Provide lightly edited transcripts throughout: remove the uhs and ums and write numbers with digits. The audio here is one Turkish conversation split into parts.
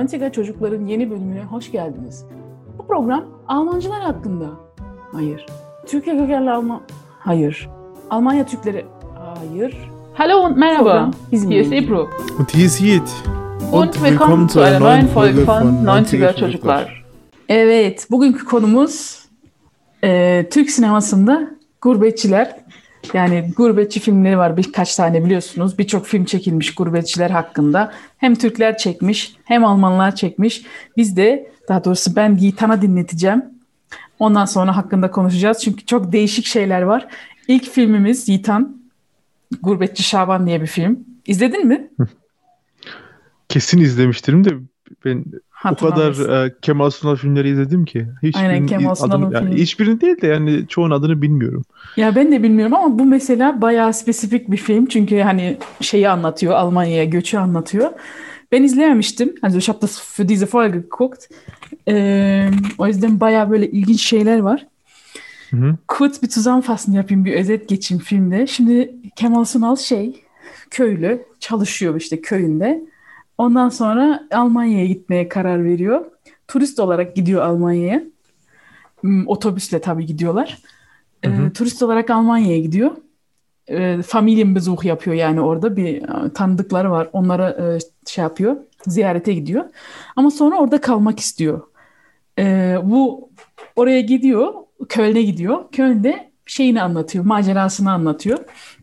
Dantiga Çocukların yeni bölümüne hoş geldiniz. Bu program Almancılar hakkında. Hayır. Türkiye kökenli Alman... Hayır. Almanya Türkleri... Hayır. Hallo und merhaba, hier ist Ebru. Und hier ist Yiğit. Und willkommen zu einer neuen Folge von 90er Çocuklar. Evet, bugünkü konumuz Türk sinemasında gurbetçiler. Yani gurbetçi filmleri var birkaç tane biliyorsunuz. Birçok film çekilmiş gurbetçiler hakkında. Hem Türkler çekmiş hem Almanlar çekmiş. Biz de daha doğrusu ben Yiğitan'a dinleteceğim. Ondan sonra hakkında konuşacağız. Çünkü çok değişik şeyler var. İlk filmimiz Yiğitan. Gurbetçi Şaban diye bir film. İzledin mi? Kesin izlemiştirim de ben o kadar Kemal Sunal filmleri izledim ki. Aynen, Kemal Sunal'ın filmi. Hiçbirini değil de yani çoğun adını bilmiyorum. Ya ben de bilmiyorum ama bu mesela bayağı spesifik bir film. Çünkü hani şeyi anlatıyor, Almanya'ya göçü anlatıyor. Ben izlememiştim. Also ich habe das für diese Folge geguckt. O yüzden bayağı böyle ilginç şeyler var. Hı-hı. Kurz bir zusammenfassen yapayım, bir özet geçeyim filmde. Şimdi Kemal Sunal köylü, çalışıyor işte köyünde. Ondan sonra Almanya'ya gitmeye karar veriyor. Turist olarak gidiyor Almanya'ya. Otobüsle tabii gidiyorlar. Turist olarak Almanya'ya gidiyor. Familienbesuch yapıyor yani orada bir tanıdıkları var. Onlara yapıyor, ziyarete gidiyor. Ama sonra orada kalmak istiyor. Bu oraya gidiyor, Köln'e gidiyor. Köln'de şeyini anlatıyor, macerasını anlatıyor.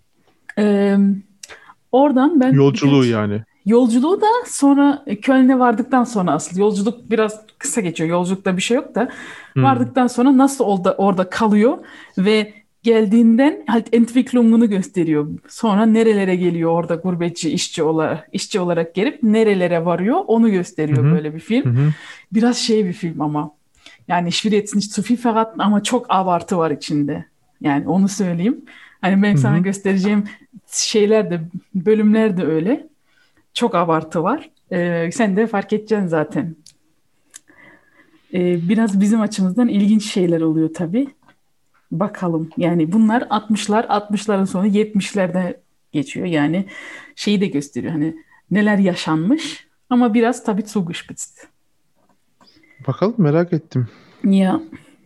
Oradan ben... Yolculuğu yani. Yolculuğu da sonra Köln'e vardıktan sonra asıl. Yolculuk biraz kısa geçiyor. Yolculukta bir şey yok da. Vardıktan sonra nasıl orada kalıyor ve geldiğinden halt Entwicklung'unu gösteriyor. Sonra nerelere geliyor orada gurbetçi işçi olarak gelip nerelere varıyor onu gösteriyor böyle bir film. Biraz bir film ama. Yani ich will jetzt nicht zu viel verraten ama çok abartı var içinde. Yani onu söyleyeyim. Hani ben sana göstereceğim bölümler de öyle. Çok abartı var. Sen de fark edeceksin zaten. Biraz bizim açımızdan ilginç şeyler oluyor tabii. Bakalım. Yani bunlar 60'ların sonu 70'lerde geçiyor. Yani şeyi de gösteriyor. Hani neler yaşanmış ama biraz tabii zugespitzt. Bakalım, merak ettim. Ya.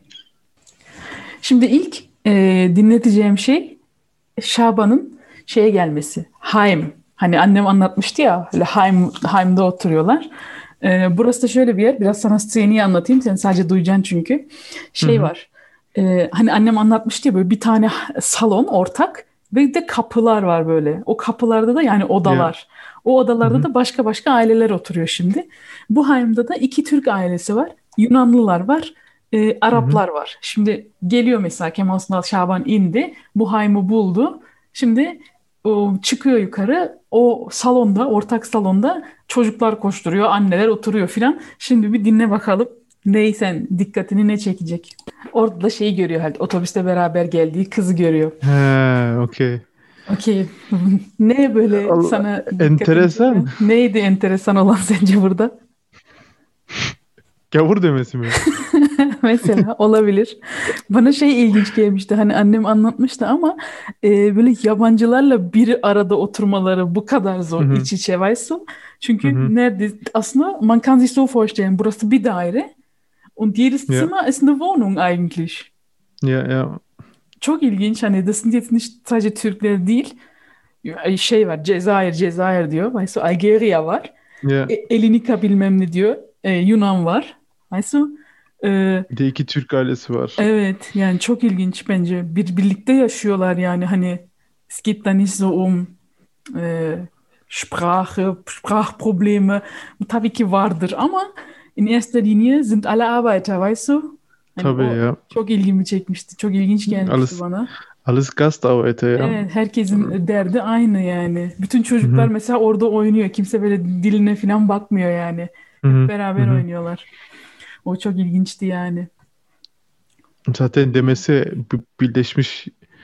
Şimdi ilk dinleteceğim şey Şaban'ın gelmesi. Heim. Hani annem anlatmıştı ya, öyle Heim'de oturuyorlar. Burası da şöyle bir yer. Biraz sana sceneyi anlatayım. Sen sadece duyacaksın çünkü. Var. Hani annem anlatmıştı ya, böyle bir tane salon ortak ve de kapılar var böyle. O kapılarda da yani odalar. O odalarda da başka aileler oturuyor şimdi. Bu Heim'de da 2 Türk ailesi var. Yunanlılar var. Araplar var. Şimdi geliyor mesela Kemal Sunal Şaban indi. Bu Heim'i buldu. Şimdi o çıkıyor yukarı, o salonda, ortak salonda çocuklar koşturuyor, anneler oturuyor filan. Şimdi bir dinle bakalım dikkatini ne çekecek. Orada da görüyor, otobüste beraber geldiği kızı görüyor. Okey. Okey. Ne böyle sana enteresan. Çeken? Neydi enteresan olan sence burada? Gavur demesi mi? Mesela olabilir. Bana ilginç gelmişti. Hani annem anlatmıştı ama böyle yabancılarla bir arada oturmaları bu kadar zor iç içe, weißt du? Çünkü nerede aslında man kann sich so vorstellen, burası bir daire und jedes Zimmer ist eine Wohnung eigentlich. Ya. Çok ilginç. Hani das sind jetzt nicht sadece Türkler değil. Var. Cezayir diyor. Weißt du? Algeria var. Elinika bilmem ne diyor. Yunan var. Weißt du? Bir de 2 Türk ailesi var. Evet, yani çok ilginç bence. Birlikte yaşıyorlar yani, hani es geht da nicht so Sprachprobleme. Tabii ki vardır ama in erster Linie sind alle Arbeiter, weißt du? Yani tabii ya. Çok ilgimi çekmişti. Çok ilginç gelmişti bana. Alles Gastarbeiter ya. Evet, herkesin derdi aynı yani. Bütün çocuklar mesela orada oynuyor. Kimse böyle diline falan bakmıyor yani. Hep beraber oynuyorlar. O çok ilginçti yani. Zaten demesi Birleşmiş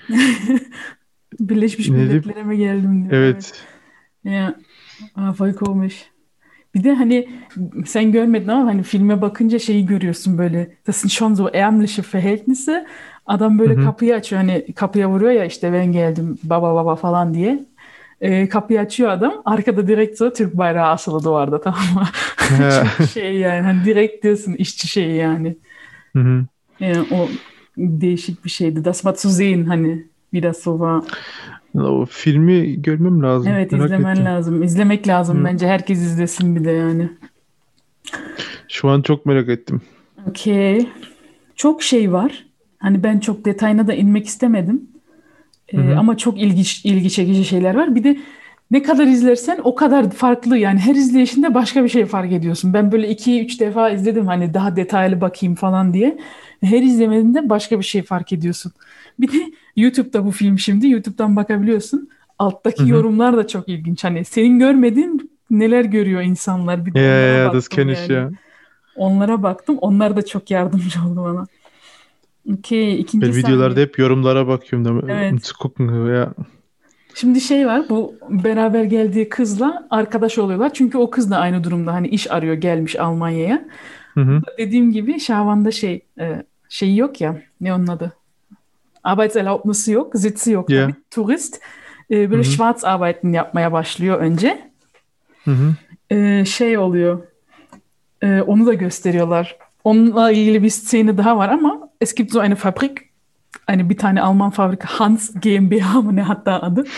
Milletler'e mi geldim diyor. Evet. Ya, voll komisch. Bir de hani sen görmedin ama hani filme bakınca görüyorsun böyle. Das sind schon so ärmliche Verhältnisse. Adam böyle kapıyı açıyor, hani kapıya vuruyor ya, işte ben geldim baba falan diye. Kapıyı açıyor adam. Arkada direkt so Türk bayrağı asılı duvarda, tamam mı? Çok şey yani. Hani direkt diyorsun işçi şeyi yani. Hı hı. O değişik bir şeydi. Das mal zu sehen hani. Wie das so war. O filmi görmem lazım. Evet, Merak izlemen ettim. lazım. İzlemek lazım Hı. bence. Herkes izlesin bir de yani. Şu an çok merak ettim. Okey. Çok şey var. Hani ben çok detayına da inmek istemedim. Hı hı. Ama çok ilgi çekici şeyler var. Bir de ne kadar izlersen o kadar farklı. Yani her izleyişinde başka bir şey fark ediyorsun. Ben böyle 2-3 defa izledim hani daha detaylı bakayım falan diye. Her izlemediğinde başka bir şey fark ediyorsun. Bir de YouTube'da bu film şimdi. YouTube'dan bakabiliyorsun. Hı Alttaki hı. yorumlar da çok ilginç. Hani senin görmediğin neler görüyor insanlar. Bir de Ja, ja, onlara ja, das baktım kenne ich yani. ja. Onlara baktım. Onlar da çok yardımcı oldu bana. Okey, ikinci Ben videolarda sahne. hep yorumlara bakıyorum, um Evet. zu gucken. Ja. Şimdi şey var, bu beraber geldiği kızla arkadaş oluyorlar. Çünkü o kız da aynı durumda, hani iş arıyor, gelmiş Almanya'ya. Hı hı. Dediğim gibi Şavan'da şeyi yok ya, ne onun adı? Arbeitserlaubnisse yok, Sitzi yok tabii. Ja. Turist Hı böyle hı. Schwarzarbeiten yapmaya başlıyor önce. Hı hı. Şey oluyor, onu da gösteriyorlar. Onunla ilgili bir szene daha var ama es gibt so eine Fabrik, hani bir tane Alman fabrika, Hans GmbH mı ne hatta adı.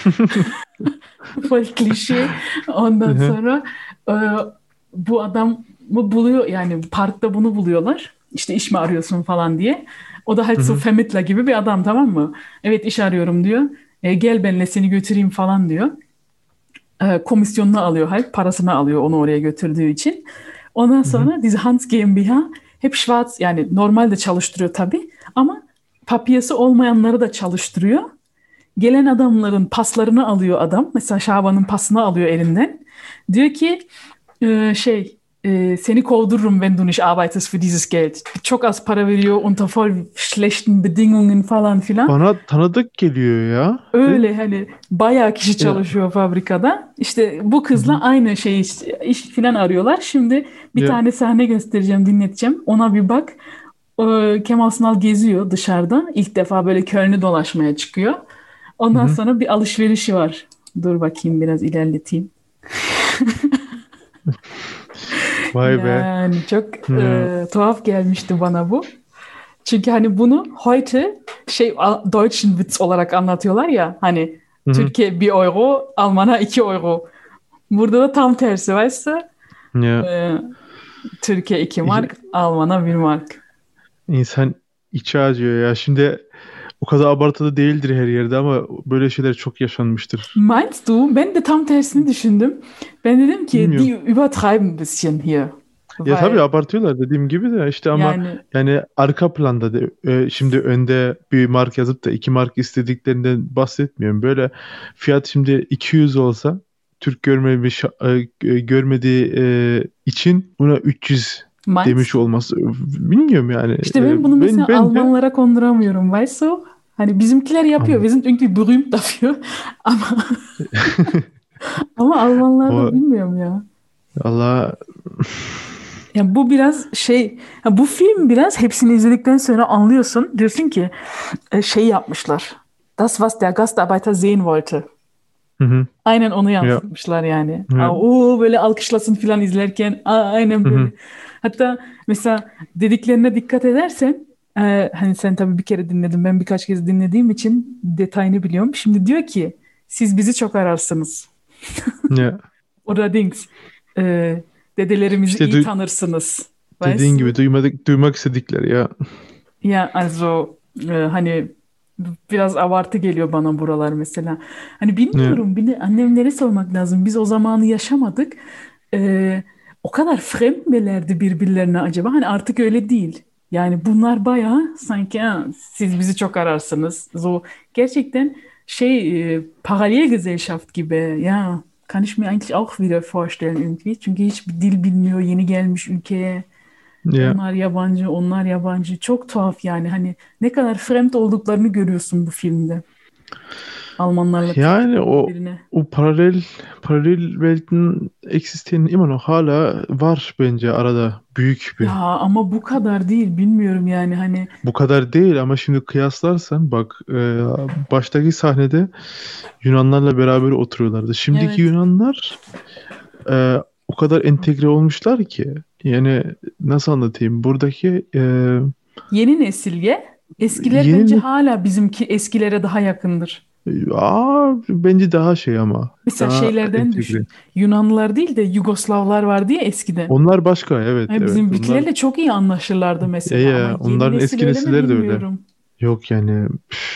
Voll klişe. Hı Ondan hı. sonra e, bu adamı buluyor yani, parkta bunu buluyorlar. İşte iş mi arıyorsun falan diye. O da Hı halt so hı. Vermittler gibi bir adam, tamam mı? Evet, iş arıyorum diyor. Gel benimle, seni götüreyim falan diyor. Komisyonunu alıyor, halt parasını alıyor onu oraya götürdüğü için. Ondan Hı hı. sonra diese Hans GmbH hep Schwarz, yani normalde çalıştırıyor tabii ama papiyesi olmayanları da çalıştırıyor. Gelen adamların paslarını alıyor adam. Mesela Şaban'ın pasını alıyor elinden. Diyor ki seni kovdururum wenn du nicht arbeitest für dieses Geld. Çok az para veriyor unter voll schlechten Bedingungen falan filan. Bana tanıdık geliyor ya. Öyle hani bayağı kişi Ya. çalışıyor fabrikada. İşte bu Hı kızla hı. aynı şey, iş filan arıyorlar. Şimdi bir Ya. tane sahne göstereceğim, dinleteceğim. Ona bir bak. Kemal Sunal geziyor dışarıda. İlk defa böyle Köln'ü dolaşmaya çıkıyor. Hı Ondan hı. sonra bir alışverişi var. Dur bakayım, biraz ilerleteyim. Vay be. Yani çok Ya. tuhaf gelmişti bana bu. Çünkü hani bunu heute Deutschen Witz olarak anlatıyorlar ya. Hani Hı hı. Türkiye 1 euro, Alman'a 2 euro. Burada da tam tersi, weißt du? Ya. E, Türkiye 2 İ- mark, Alman'a 1 mark. İnsan içi acıyor ya. Şimdi o kadar abartılı değildir her yerde ama böyle şeyler çok yaşanmıştır. Meinst du? Ben de tam tersini düşündüm. Ben dedim ki Bilmiyorum. die übertreiben ein bisschen hier. Ya tabii Weil abartıyorlar dediğim gibi de işte ama yani yani arka planda da şimdi önde bir mark yazıp da 2 mark istediklerinden bahsetmiyorum. Böyle fiyat şimdi 200 olsa Türk görmediği için buna 300 demiş meinst du? olması bilmiyorum yani. İşte ben bunu Ben mesela bence Almanlara konduramıyorum. Weißt du? Hani bizimkiler yapıyor. ama Wir sind irgendwie berühmt dafür. Ama ama Almanlarda ama bilmiyorum ya. Allah. Ya bu biraz şey, ha bu film biraz hepsini izledikten sonra anlıyorsun. Diyorsun ki şey yapmışlar. Das, was der Gastarbeiter sehen wollte. Hı hı. Aynen onu Ya, yansıtmışlar yani. ya. Böyle alkışlasın falan izlerken. Aynen Hı hı. böyle. Hatta mesela dediklerine dikkat edersen, hani sen tabii bir kere dinledin, ben birkaç kez dinlediğim için detayını biliyorum. Şimdi diyor ki siz bizi çok ararsınız. Ya. Oder Dings. E, Dedelerimizi İşte iyi tanırsınız. dediğin Weißt gibi du? duymak istedikleri ya. Ya also hani biraz abartı geliyor bana buralar mesela. Hani Ya. bilmiyorum, bir de annemlere sormak lazım. Biz o zamanı yaşamadık. O kadar fremd milerdi birbirlerine acaba? Hani artık öyle değil. Yani bunlar bayağı sanki "Ha, siz bizi çok ararsınız." So gerçekten Parallelgesellschaft gibi. Ya kann ich mir eigentlich auch wieder vorstellen irgendwie. Çünkü hiçbir dil bilmiyor, yeni gelmiş ülkeye. Ya. Onlar yabancı, onlar yabancı. Çok tuhaf yani. Hani ne kadar fremd olduklarını görüyorsun bu filmde. Almanlarla Yani Türkler birbirine. o paralel Welten existieren immer noch, hala var bence arada büyük Ya bir. ama bu kadar değil bilmiyorum yani hani Bu kadar değil ama şimdi kıyaslarsan bak, baştaki sahnede Yunanlarla beraber oturuyorlardı. Şimdiki evet. Yunanlar o kadar entegre olmuşlar ki, yani nasıl anlatayım, buradaki Yeni nesilge eskiler bence yeni hala bizimki eskilere daha yakındır. bence daha şey, ama Mesela daha şeylerden entegre. düşün. Yunanlılar değil de Yugoslavlar vardı ya eskiden. Onlar başka, evet Hani evet, onlar bizimkilerle çok iyi anlaşırlardı mesela ama ya yeni onların nesil eski öyle mi nesilleri de öyle. bilmiyorum. Yok yani,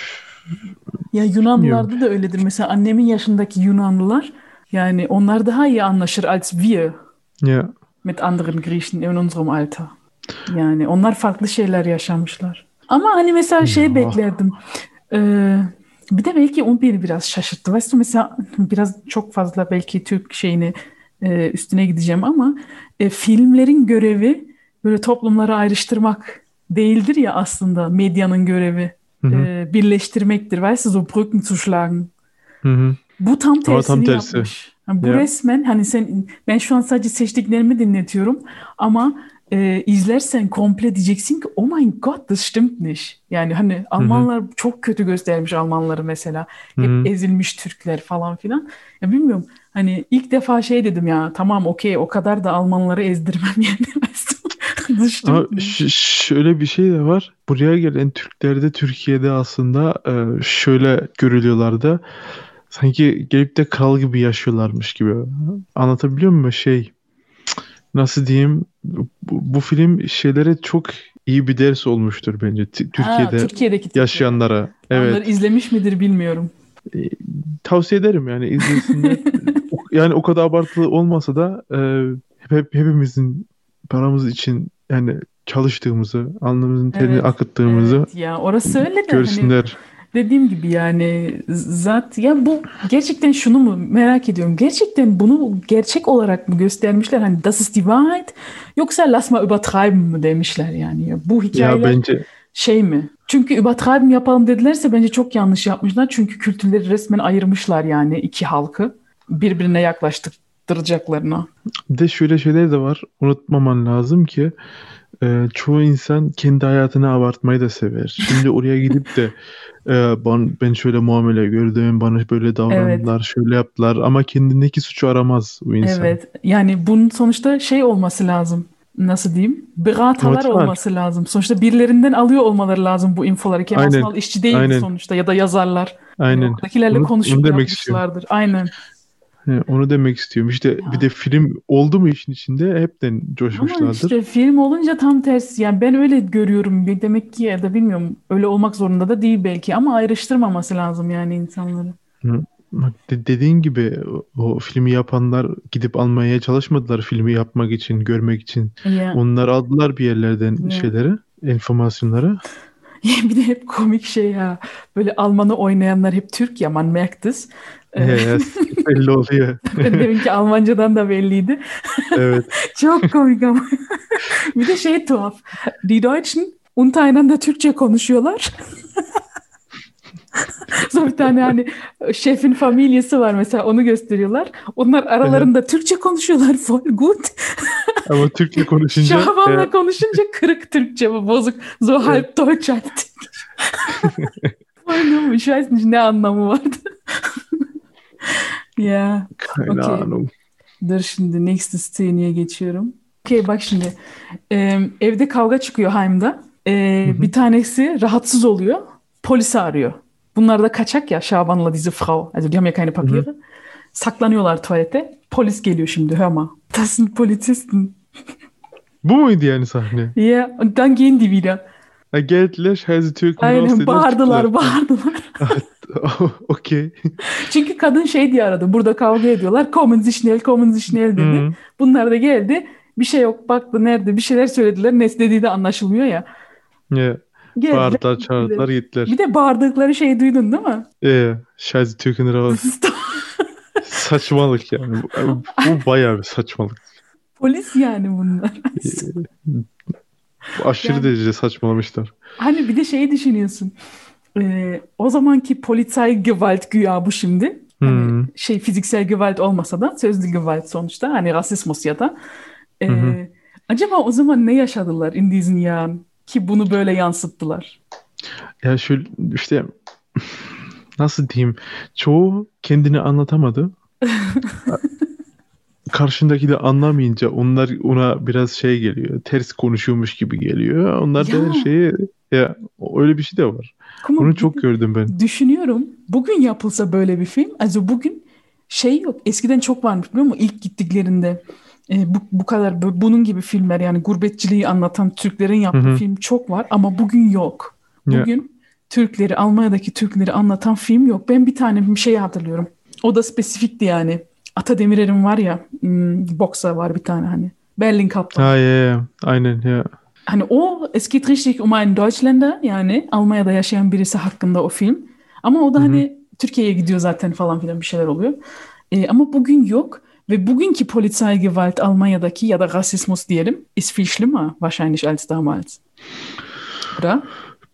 Ya bilmiyorum. Yunanlılarda da öyledir. Mesela annemin yaşındaki Yunanlılar yani onlar daha iyi anlaşır als wir Ya mit anderen Griechen in unserem Alter. Yani onlar farklı şeyler yaşamışlar. Ama hani mesela şey ya beklerdim. Ee, bir de belki o beni biraz şaşırttı. Weißt du, mesela biraz çok fazla belki Türk şeyini üstüne gideceğim ama filmlerin görevi böyle toplumları ayrıştırmak değildir ya aslında medyanın görevi. hı hı, Birleştirmektir. Weißt du, so Brücken zu schlagen. hı hı. Bu tam Ama tam tersini tersi. yapmış. Yani bu Ya resmen hani ben şu an sadece seçtiklerimi dinletiyorum ama izlersen komple diyeceksin ki oh mein Gott das stimmt nicht. Yani hani hı hı, Almanlar çok kötü göstermiş Almanları mesela. hı Hep hı. ezilmiş Türkler falan filan. Ya bilmiyorum hani ilk defa şey dedim ya tamam okey o kadar da Almanları ezdirmem yani. Das Ama stimmt nicht. şöyle bir şey de var. Buraya gelen Türkler de Türkiye'de aslında şöyle görülüyorlardı. Sanki gelip de kral gibi yaşıyorlarmış gibi. Anlatabiliyor muyum? Nasıl diyeyim? Bu film şeylere çok iyi bir ders olmuştur bence. Ha, Türkiye'de Türkiye'deki Türklere. yaşayanlara. Onları Evet. izlemiş midir bilmiyorum. E, Tavsiye ederim, yani izlesinler. Yani o kadar abartılı olmasa da hepimizin paramız için yani çalıştığımızı, alnımızın terini Evet, akıttığımızı evet ya orası öyle de hani görsünler. dediğim gibi yani zat ya bu gerçekten şunu mu merak ediyorum. Gerçekten bunu gerçek olarak mı göstermişler? Hani das ist die Wahrheit yoksa lass mal übertreiben mı demişler yani. Ya bu Ya hikayeler bence şey mi? Çünkü übertreiben yapalım dedilerse bence çok yanlış yapmışlar. Çünkü kültürleri resmen ayırmışlar yani iki halkı birbirine yaklaştıracaklarına. bir de şöyle şeyler de var. Unutmaman lazım ki çoğu insan kendi hayatını abartmayı da sever. Şimdi oraya gidip de ben şöyle muamele gördüm, bana böyle Evet. davrandılar, şöyle yaptılar, ama kendindeki suçu aramaz bu insan. Evet. Yani bunun sonuçta şey olması lazım. Nasıl diyeyim? Beratalar Neutral. olması lazım. Sonuçta birilerinden alıyor olmaları lazım bu infoları. Kemal Aynen. Sunal işçi değildi Aynen. sonuçta ya da yazarlar. Hani Aynen. oradakilerle Onu konuşup demek istiyorum. yapmışlardır. Aynen. Onu demek istiyorum. İşte bir Ya. de film oldu mu işin içinde hepten Ama işte coşmuşlardır. film olunca tam tersi. Yani ben öyle görüyorum. Demek ki ya da bilmiyorum. Öyle olmak zorunda da değil belki. Ama ayrıştırmaması lazım yani insanları. Hı. Bak, dediğin gibi o filmi yapanlar gidip almaya çalışmadılar filmi yapmak için, görmek için. Ya. Onlar aldılar bir yerlerden Ya. şeyleri, enformasyonları. Bir de hep komik şey ya. Böyle Alman'ı oynayanlar hep Türk ya. Man merkt es. Belli oluyor. Zaten deminki Almancadan da belliydi. Evet. Çok komik ama. Bir de şey tuhaf. Die Deutschen untereinander Türkçe konuşuyorlar. Sonra bir tane hani şefin familyası var mesela onu gösteriyorlar. Onlar aralarında Türkçe konuşuyorlar voll gut. Ama Türkçe konuşunca Şaban'la konuşunca kırık Türkçe bu bozuk. So e, halb Deutsch halb Türkisch. Oyunum, ich weiß nicht ne anlamı vardı. Ya, keine okey. Ahnung. Dur şimdi next sceneye geçiyorum. Okey bak şimdi. Evde kavga çıkıyor Haim'da. Hı hı. Bir tanesi rahatsız oluyor. Polisi arıyor. Bunlar da kaçak ya Şaban'la diese Frau. Also die haben ja keine Hı hı. Papiere. Saklanıyorlar tuvalete. Polis geliyor şimdi hör mal. Das sind Polizisten. Bu muydu yani sahne? Ja, und dann gehen die wieder. Ha, geldiler, Şahzi Türk'ünü rahatsız Aynen ettiler, çıktılar. bağırdılar bağırdılar. Okey. Çünkü kadın şey diye aradı. Burada kavga ediyorlar. Kommen Sie schnell dedi. Hı. Bunlar da geldi. Bir şey yok. Baktı nerede? Bir şeyler söylediler. Ne dediği de anlaşılmıyor ya. Ya, Geldiler bağırdılar, gittiler. çağırdılar, Bir gittiler. de bağırdıkları şeyi duydun değil mi? Şahzi Türk'ünü rahatsız. Saçmalık yani. Bu bayağı bir saçmalık. Polis yani bunlar. Bu aşırı Yani derecede saçmalamışlar. hani bir de şeyi düşünüyorsun. O zamanki Polizeigewalt güya bu şimdi. Hani Hı fiziksel gewalt olmasa da sözlü gewalt sonuçta. Hani rasismus ya da. hı. Ee, Acaba o zaman ne yaşadılar in diesen Jahren ki bunu böyle yansıttılar? Ya şu işte nasıl diyeyim? Çoğu kendini anlatamadı. Karşındaki de anlamayınca onlar ona biraz şey geliyor. Ters konuşuyormuş gibi geliyor. Onlar da her Ya şeyi ya öyle bir şey de var. Bunu ama çok gördüm ben. düşünüyorum. Bugün yapılsa böyle bir film. Also bugün yok. Eskiden çok varmış biliyor musun? İlk gittiklerinde bu kadar bunun gibi filmler yani gurbetçiliği anlatan Türklerin Hı yaptığı hı. film çok var ama bugün yok. Ya Bugün Almanya'daki Türkleri anlatan film yok. Ben bir tane bir şey hatırlıyorum. O da spesifikti yani. Ata Demirer'in var ya, boksa var bir tane hani. Berlin Kaplan. ha, ya aynen ya. Hani es geht richtig um einen Deutschländer yani Almanya'da yaşayan birisi hakkında o film. Ama o da Hı hı. hani Türkiye'ye gidiyor zaten falan filan bir şeyler oluyor. Ama bugün yok ve bugünkü Polizeigewalt Almanya'daki ya da Rassismus diyelim ist viel schlimmer wahrscheinlich als damals. Oder?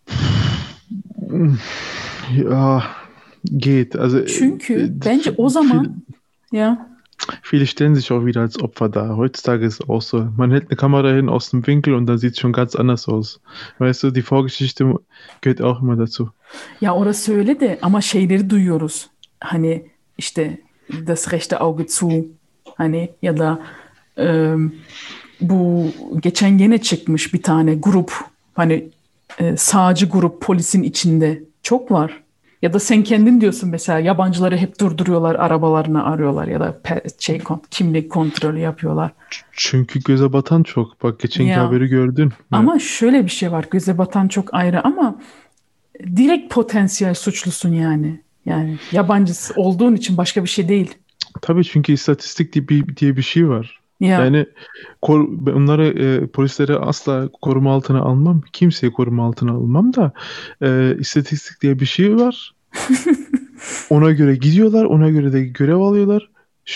Ja, geht. Also Çünkü bence o zaman ya viele stellen sich auch wieder als Opfer dar. Heutzutage ist es auch so. Man hält eine Kamera hin aus dem Winkel und dann sieht es schon ganz anders aus. Weißt du, die Vorgeschichte gehört auch immer dazu. ya orası öyle de ama şeyleri duyuyoruz. Hani işte das rechte Auge zu hani ya da em, bu geçen gene çıkmış bir tane grup hani sağcı grup polisin içinde çok var. Ya da sen kendin diyorsun mesela yabancıları hep durduruyorlar, arabalarını arıyorlar ya da kimlik kontrolü yapıyorlar. Çünkü göze batan çok. Bak geçenki Ya haberi gördün. Ya, ama şöyle bir şey var. Göze batan çok ayrı ama direkt potansiyel suçlusun yani. Yani yabancısı olduğun için başka bir şey değil. tabii çünkü istatistik diye bir şey var. Ya Yani onları polislere asla koruma altına almam. Kimseyi koruma altına almam da istatistik diye bir şey var. Ona göre gidiyorlar. Ona göre de görev alıyorlar.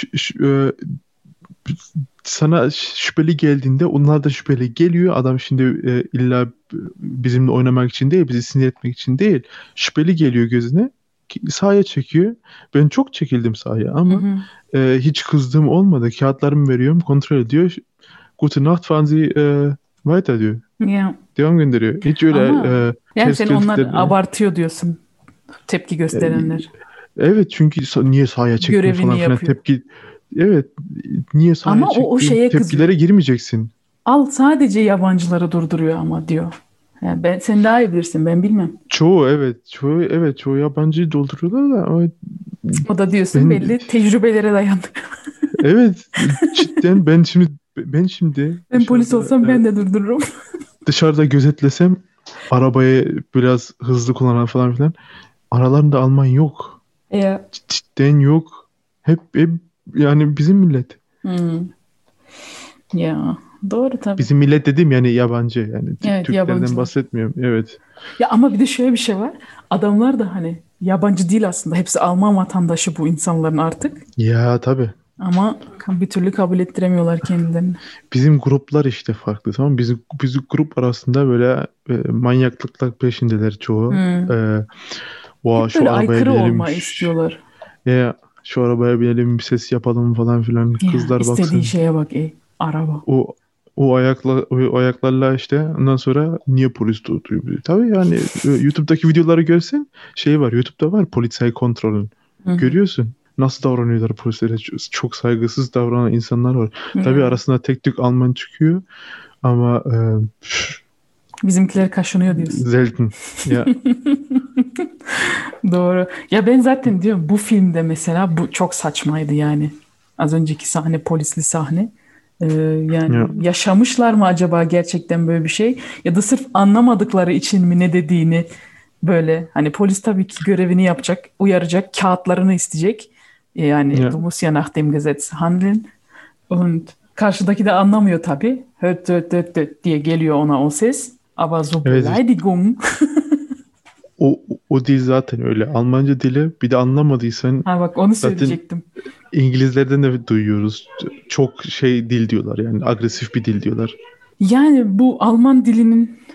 Sana şüpheli geldiğinde onlar da şüpheli geliyor. Adam şimdi illa bizimle oynamak için değil, bizi sinir etmek için değil. Şüpheli geliyor gözüne. Sahaya çekiyor. Ben çok çekildim sahaya hı ama hı. hiç kızdığım olmadı. Kağıtlarımı veriyorum, kontrol ediyor. Gute Nacht fahren Sie weiter diyor. Ya Devam gönderiyor. Hiç öyle ama yani ters sen onlar gözlüklerine. abartıyor diyorsun. Tepki gösterenler. Evet çünkü niye sahaya çektin Görevini falan filan yapıyor. tepki. Evet niye sahaya Ama o çektin? şeye kızıyor. Tepkilere girmeyeceksin. Al sadece yabancıları durduruyor ama diyor. Yani sen daha iyi bilirsin ben bilmem. Çoğu yabancıyı dolduruyorlar da ama O da diyorsun ben belli tecrübelere dayandı. evet cidden ben şimdi Ben polis dışarıda olsam ben de durdururum. dışarıda gözetlesem arabayı biraz hızlı kullanan falan filan aralarında Alman yok. Ya. Cidden yok. Hep yani bizim millet. Hmm. Ya doğru tabii. Bizim millet dediğim yani yabancı yani Evet Türklerden yabancılar. bahsetmiyorum. Evet. Ya ama bir de şöyle bir şey var. Adamlar da hani yabancı değil aslında. Hepsi Alman vatandaşı bu insanların artık. Ya tabii. Ama bir türlü kabul ettiremiyorlar kendilerini. Bizim gruplar işte farklı tamam mı? Bizim grup arasında böyle manyaklıklar peşindeler çoğu. Hmm. Hep Şu böyle arabaya aykırı binelim. olma istiyorlar. Ya şu arabaya binelim bir ses yapalım falan filan. Ya Kızlar istediği baksın. şeye bak araba. O ayaklarla işte ondan sonra niye polis tutuyor bizi? Tabii yani YouTube'daki videoları görsen şey var. YouTube'da var politsay kontrolün. Hı hı. Görüyorsun. Nasıl davranıyorlar polislere? Çok saygısız davranan insanlar var. Tabii Ya. arasında tek tük Alman çıkıyor ama Bizimkiler kaşınıyor diyorsun. selten. Ya Doğru. Ya ben zaten diyorum bu filmde mesela bu çok saçmaydı yani. Az önceki sahne polisli sahne. Yani ya yaşamışlar mı acaba gerçekten böyle bir şey? Ya da sırf anlamadıkları için mi ne dediğini böyle. Hani polis tabii ki görevini yapacak, uyaracak, kağıtlarını isteyecek. Yani ya du musst ja nach dem Gesetz handeln. Und karşıdaki de anlamıyor tabii. Höt höt höt höt diye geliyor ona o ses. Aber so evet işte Beleidigung. o dil zaten öyle. Almanca dili bir de anlamadıysan Ha bak onu zaten söyleyecektim. İngilizlerden de duyuyoruz. Çok şey dil diyorlar yani agresif bir dil diyorlar. Yani bu Alman dilinin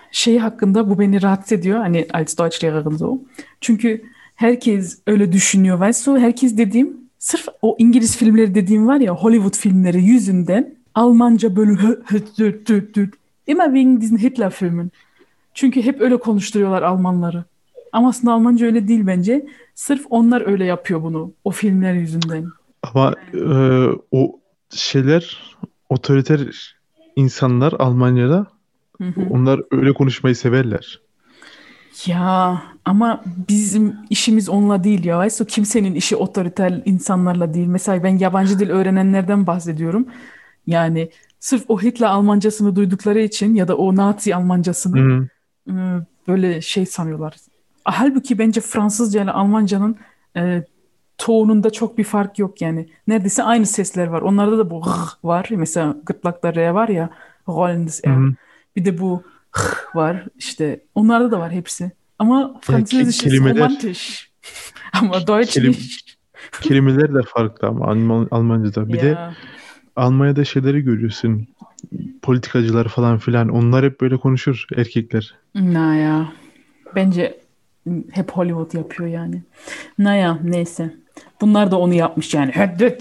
şey hakkında bu beni rahatsız ediyor. Hani als Deutschlehrerin so. Çünkü herkes öyle düşünüyor. Weißt du, herkes dediğim sırf o İngiliz filmleri dediğim var ya Hollywood filmleri yüzünden Almanca böyle immer wegen diesen Hitler-Filmen. Çünkü hep öyle konuşturuyorlar Almanları. Ama aslında Almanca öyle değil bence. Sırf onlar öyle yapıyor bunu. O filmler yüzünden. Ama o şeyler otoriter insanlar Almanya'da onlar öyle konuşmayı severler. Ya ama bizim işimiz onunla değil ya. Weißt du, kimsenin işi otoriter insanlarla değil. Mesela ben yabancı dil öğrenenlerden bahsediyorum. Yani sırf o Hitler Almancasını duydukları için ya da o Nazi Almancasını Hı. böyle şey sanıyorlar. Halbuki bence Fransızca ile Almancanın tonunda çok bir fark yok yani. Neredeyse aynı sesler var. Onlarda da bu var. Mesela gırtlakta R var ya. Rollendes R. Hı. Bir de bu var. İşte onlarda da var hepsi. Ama Ya Französisch ist kelimeler romantisch. Ama Deutsch kelim nicht. kelimeler de farklı ama Almanca'da. Bir de Ya. Almanya'da şeyleri görüyorsun. Politikacılar falan filan. Onlar hep böyle konuşur erkekler. Naja. Bence hep Hollywood yapıyor yani. Naja neyse. Bunlar da onu yapmış yani.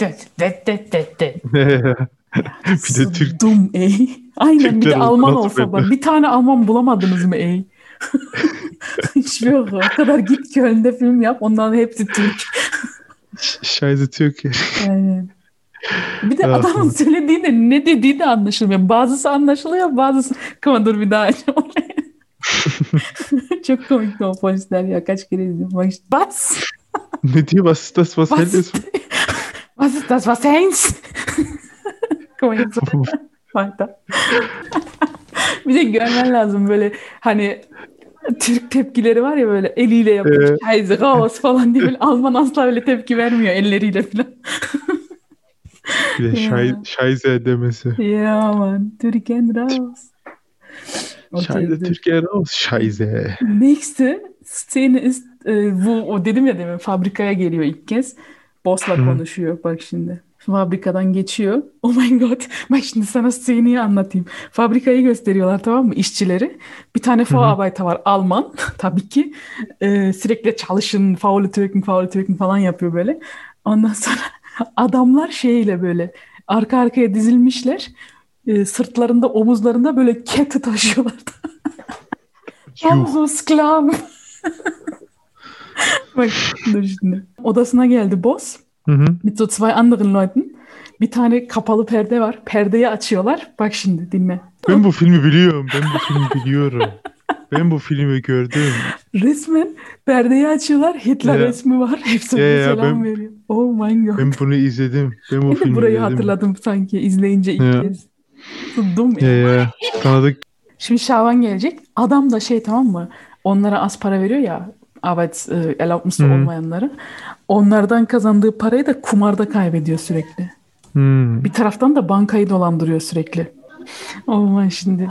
Bir de Türk Dum ey. Aynen bir Türkler de Alman nasıl olsa bak. böyle? Bir tane Alman bulamadınız mı ey? Şvöre. O kadar git Köln'de film yap. Ondan hepsi Türk. Scheiße Türkiye. Aynen. Bir de Ah, adamın söylediği de ne dediği de anlaşılmıyor. Bazısı anlaşılıyor, bazısı... Come dur bir daha açayım orayı. Çok komikti o polisler ya. Kaç kere izledim. Bak işte, was? ne diyor? Was ist das? Was Was hält es? Was ist das? Was hängt? Komm jetzt weiter. Bir de görmen lazım böyle hani Türk tepkileri var ya böyle eliyle yapıyor. Ee, Scheiße raus falan diye böyle Alman asla öyle tepki vermiyor elleriyle falan. bir de Ya. Scheiße demesi. Ja, Mann. Türkiye'den raus. Okay, Scheiße dur. Türkiye raus. Scheiße. Nächste Szene ist, wo o dedim ya demin fabrikaya geliyor ilk kez. Boss'la Hı. konuşuyor bak şimdi. Fabrikadan geçiyor. Oh my god. Bak şimdi sana sceneyi anlatayım. Fabrikayı gösteriyorlar tamam mı? İşçileri. Bir tane Hı hı. Vorarbeiter var. Alman tabii ki. Sürekli çalışın, faule töken falan yapıyor böyle. Ondan sonra adamlar şeyle böyle arka arkaya dizilmişler. Sırtlarında, omuzlarında böyle kete taşıyorlar. Tam Yuh. so Sklaven. Bak dur şimdi. Odasına geldi boss. Hı hı. Mit so zwei anderen Leuten. Bir tane kapalı perde var. Perdeyi açıyorlar. Bak şimdi dinle. Ben bu filmi biliyorum. Ben bu filmi biliyorum. Ben bu filmi gördüm. Resmen perdeyi açıyorlar. Hitler Ya, resmi var. Hepsi ya, böyle ya selam ben veriyor. Oh my god. ben bunu izledim. Ben bu Ben de filmi burayı izledim. hatırladım sanki izleyince ilk Ya, kez. Tuttum ya, ya. ya. Tanıdık. Şimdi Şaban gelecek. Adam da şey tamam mı? Onlara az para veriyor ya. Arbeitserlaubnis'te Hı. olmayanları. Onlardan kazandığı parayı da kumarda kaybediyor sürekli. Hmm. Bir taraftan da bankayı dolandırıyor sürekli. Olmaz şimdi.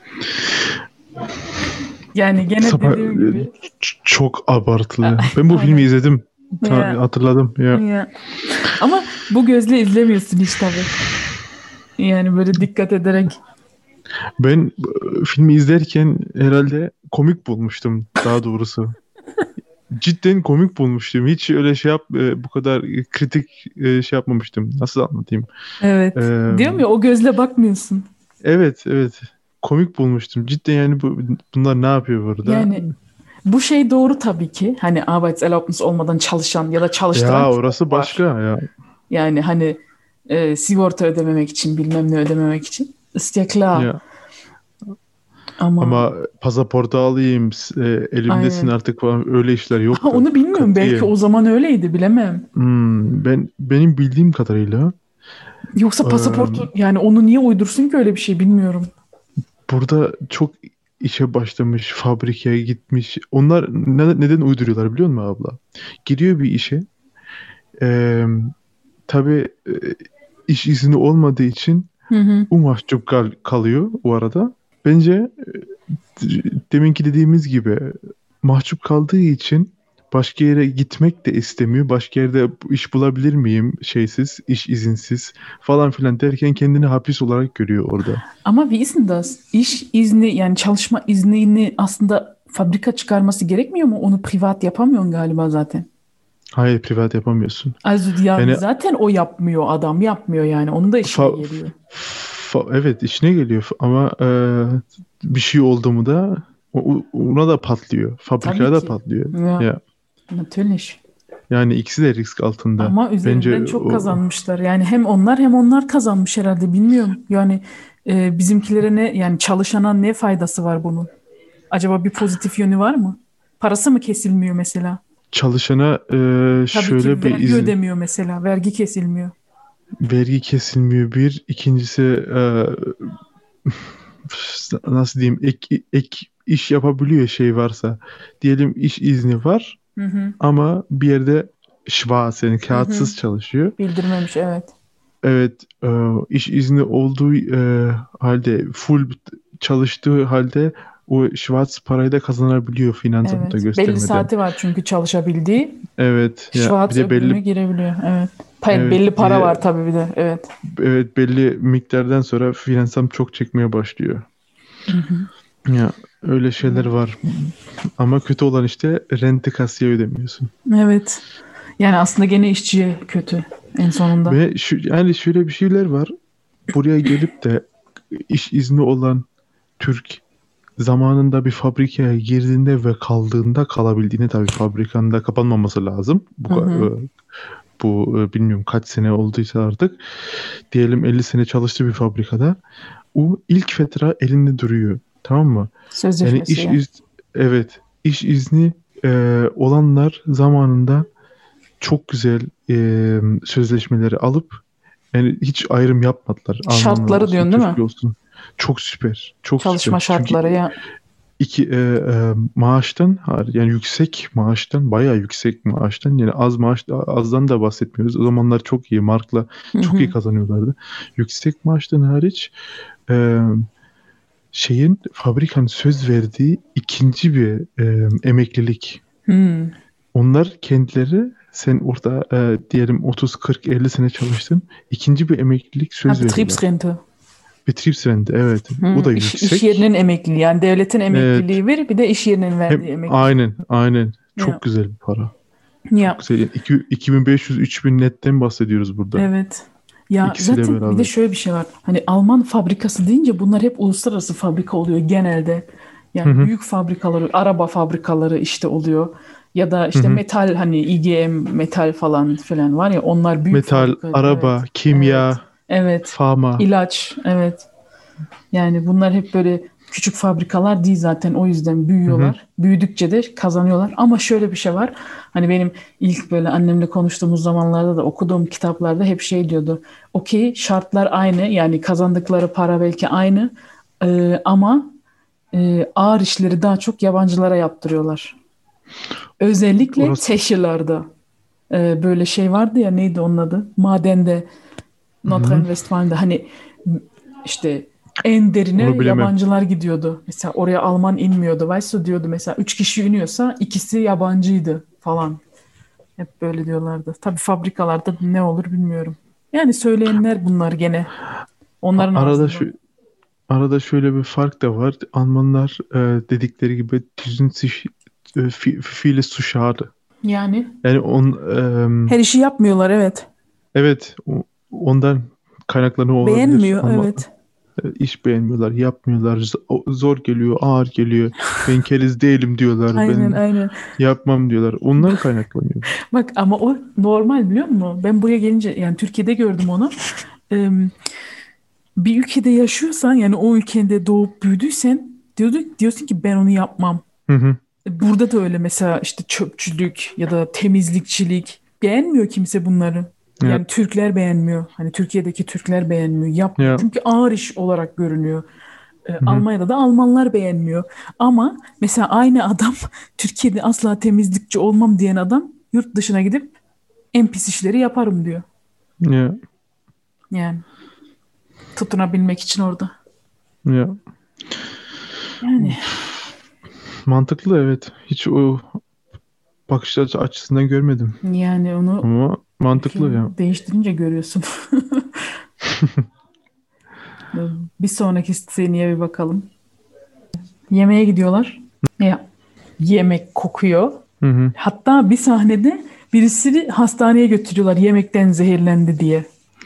Yani gene Sabah dediğim gibi. çok abartılı. Ben bu filmi Aynen. izledim. Ya, Hatırladım. Ya. ya. Ama bu gözle izlemiyorsun hiç tabii. Yani böyle dikkat ederek. Ben filmi izlerken herhalde komik bulmuştum daha doğrusu. Cidden komik bulmuştum. Hiç öyle bu kadar kritik şey yapmamıştım. Nasıl anlatayım? Evet. Ee, Diyorum ya o gözle bakmıyorsun. evet, evet. Komik bulmuştum. Cidden yani bunlar ne yapıyor burada? Yani bu şey doğru tabii ki. Hani Arbeitserlaubnis olmadan çalışan ya da çalıştıran Ya çok orası var. başka ya. Yani hani sigorta ödememek için bilmem ne ödememek için. Ist ja klar. Ya. Ama Ama pasaportu alayım, elimdesin aynen. artık falan öyle işler yoktu. Onu bilmiyorum. Belki Katiyen. o zaman öyleydi bilemem. Benim bildiğim kadarıyla Yoksa e, pasaportu yani onu niye uydursun ki öyle bir şey bilmiyorum. burada çok işe başlamış, fabrikaya gitmiş. Onlar neden uyduruyorlar biliyor musun abla? Giriyor bir işe. Tabii iş izni olmadığı için Hı hı. o mahcup kalıyor o arada. Bence deminki dediğimiz gibi mahcup kaldığı için Başka yere gitmek de istemiyor. Başka yerde iş bulabilir miyim şeysiz, iş izinsiz falan filan derken kendini hapis olarak görüyor orada. Ama wie ist denn das? İş izni yani çalışma iznini aslında fabrika çıkarması gerekmiyor mu? Onu privat yapamıyorsun galiba zaten. Hayır, privat yapamıyorsun. Also yani Yani zaten o yapmıyor, adam yapmıyor yani. Onun da işine fa- geliyor. evet, işine geliyor ama bir şey oldu mu da ona da patlıyor. Fabrikaya Tabii da ki. patlıyor. Ya, Ya natürlich. yani ikisi de risk altında. Ama üzerinden Bence çok kazanmışlar. Yani hem onlar kazanmış herhalde bilmiyorum. Yani bizimkilere ne yani çalışana ne faydası var bunun? Acaba bir pozitif yönü var mı? Parası mı kesilmiyor mesela? çalışana Tabii şöyle ki bir vergi ödemiyor mesela. Vergi kesilmiyor. vergi kesilmiyor bir. İkincisi nasıl diyeyim, ek iş yapabiliyor şey varsa. Diyelim iş izni var Hı hı. ama bir yerde yani Hı hı. kağıtsız çalışıyor. Bildirmemiş evet. Evet, iş izni olduğu halde full çalıştığı halde o Schwarz parayı da kazanabiliyor Finanzamt'a Evet. Belli göstermeden. saati var çünkü çalışabildiği. Evet ya, bir Schwarz de öbürünü belli, girebiliyor. Evet. evet Belli bir para de var tabii bir de. Evet. evet, belli miktardan sonra Finanzamt çok çekmeye başlıyor. Hı hı. Ya öyle şeyler Ya. var. Ama kötü olan işte rente kasiye ödemiyorsun. Evet. Yani aslında gene işçiye kötü en sonunda. Ve yani şöyle bir şeyler var. Buraya gelip de iş izni olan Türk zamanında bir fabrikaya girdiğinde ve kaldığında, kalabildiğinde, tabii fabrikanın da kapanmaması lazım. Hı hı. Bilmiyorum kaç sene olduysa artık. Diyelim 50 sene çalıştığı bir fabrikada. O ilk fetra elinde duruyor. Tamam mı? Yani Sözleşmesi yani. evet, iş izni olanlar zamanında çok güzel sözleşmeleri alıp, yani hiç ayrım yapmadılar. Almanlar Şartları olsun, diyorsun değil Türk mi? olsun. Çok süper. Çok Çalışma süper. Çünkü şartları ya. maaştan, yani yüksek maaştan, bayağı yüksek maaştan, yani az maaş, azdan da bahsetmiyoruz. O zamanlar çok iyi, markla Hı çok iyi hı. kazanıyorlardı. Yüksek maaştan hariç e, fabrikanın söz verdiği ikinci bir emeklilik. Hmm. Onlar kendileri, sen orada diyelim 30 40 50 sene çalıştın. İkinci bir emeklilik Ha, söz veriyorlar. Betriebsrente. Betriebsrente, evet. O da Hmm. İş yüksek. yerinin emekliliği yani devletin Evet. emekliliği bir bir de iş yerinin Hem verdiği emeklilik. aynen. Ya. Çok güzel bir para. Çok Ya. güzel. Yani 2500-3000 netten bahsediyoruz burada. Evet. Ya İkisiyle zaten bir de beraber. şöyle bir şey var. Hani Alman fabrikası deyince bunlar hep uluslararası fabrika oluyor genelde. Hı Yani hı. büyük fabrikaları, araba fabrikaları işte oluyor. Ya da Hı işte hı. metal hani IGM metal falan filan var ya onlar büyük Metal, fabrika. araba, Evet. Evet. kimya, Evet. farma. İlaç. Evet. Yani bunlar hep böyle küçük fabrikalar değil zaten o yüzden Hı hı. büyüyorlar. Büyüdükçe de kazanıyorlar. Ama şöyle bir şey var. Hani benim ilk böyle annemle konuştuğumuz zamanlarda da okuduğum kitaplarda hep şey diyordu. Okey şartlar aynı yani kazandıkları para belki aynı ama ağır işleri daha çok yabancılara yaptırıyorlar. Özellikle Orası. teşhirlarda. Böyle şey vardı ya neydi onun adı? Madende Hı hı. Nordrhein-Westfalen'de hani işte en derine Onu bilemem. yabancılar gidiyordu. Mesela oraya Alman inmiyordu. Weißt du diyordu mesela 3 kişi iniyorsa ikisi yabancıydı falan. Hep böyle diyorlardı. Tabii fabrikalarda ne olur bilmiyorum. Yani söyleyenler bunlar gene. Onların Arada ağzından. arada şöyle bir fark da var. Almanlar dedikleri gibi die sind sich viele zu schade. Yani Yani her işi yapmıyorlar evet. evet, ondan kaynaklanıyor olabilir Beğenmiyor ama evet. iş beğenmiyorlar, yapmıyorlar. Zor geliyor, ağır geliyor. Ben keriz değilim diyorlar. Aynen Ben aynen. yapmam diyorlar. Ondan kaynaklanıyor. Bak ama o normal biliyor musun? Ben buraya gelince yani Türkiye'de gördüm onu. Ee, Bir ülkede yaşıyorsan yani o ülkede doğup büyüdüysen diyorsun ki ben onu yapmam. Hı hı. Burada da öyle mesela işte çöpçülük ya da temizlikçilik beğenmiyor kimse bunları. Ya, Yani Türkler beğenmiyor. Hani Türkiye'deki Türkler beğenmiyor, yapmıyor. ya. Çünkü ağır iş olarak görünüyor. Hı hı. Almanya'da da Almanlar beğenmiyor. Ama mesela aynı adam Türkiye'de asla temizlikçi olmam diyen adam yurt dışına gidip en pis işleri yaparım diyor. Ya, Yani tutunabilmek için orada. ya. Yani Mantıklı, evet. Hiç o bakış açısından görmedim. Yani onu Ama mantıklı ya. değiştirince görüyorsun. Bir sonraki seneye bir bakalım. Yemeğe gidiyorlar. Ya, yemek kokuyor. Hı hı. Hatta bir sahnede birisini hastaneye götürüyorlar yemekten zehirlendi diye.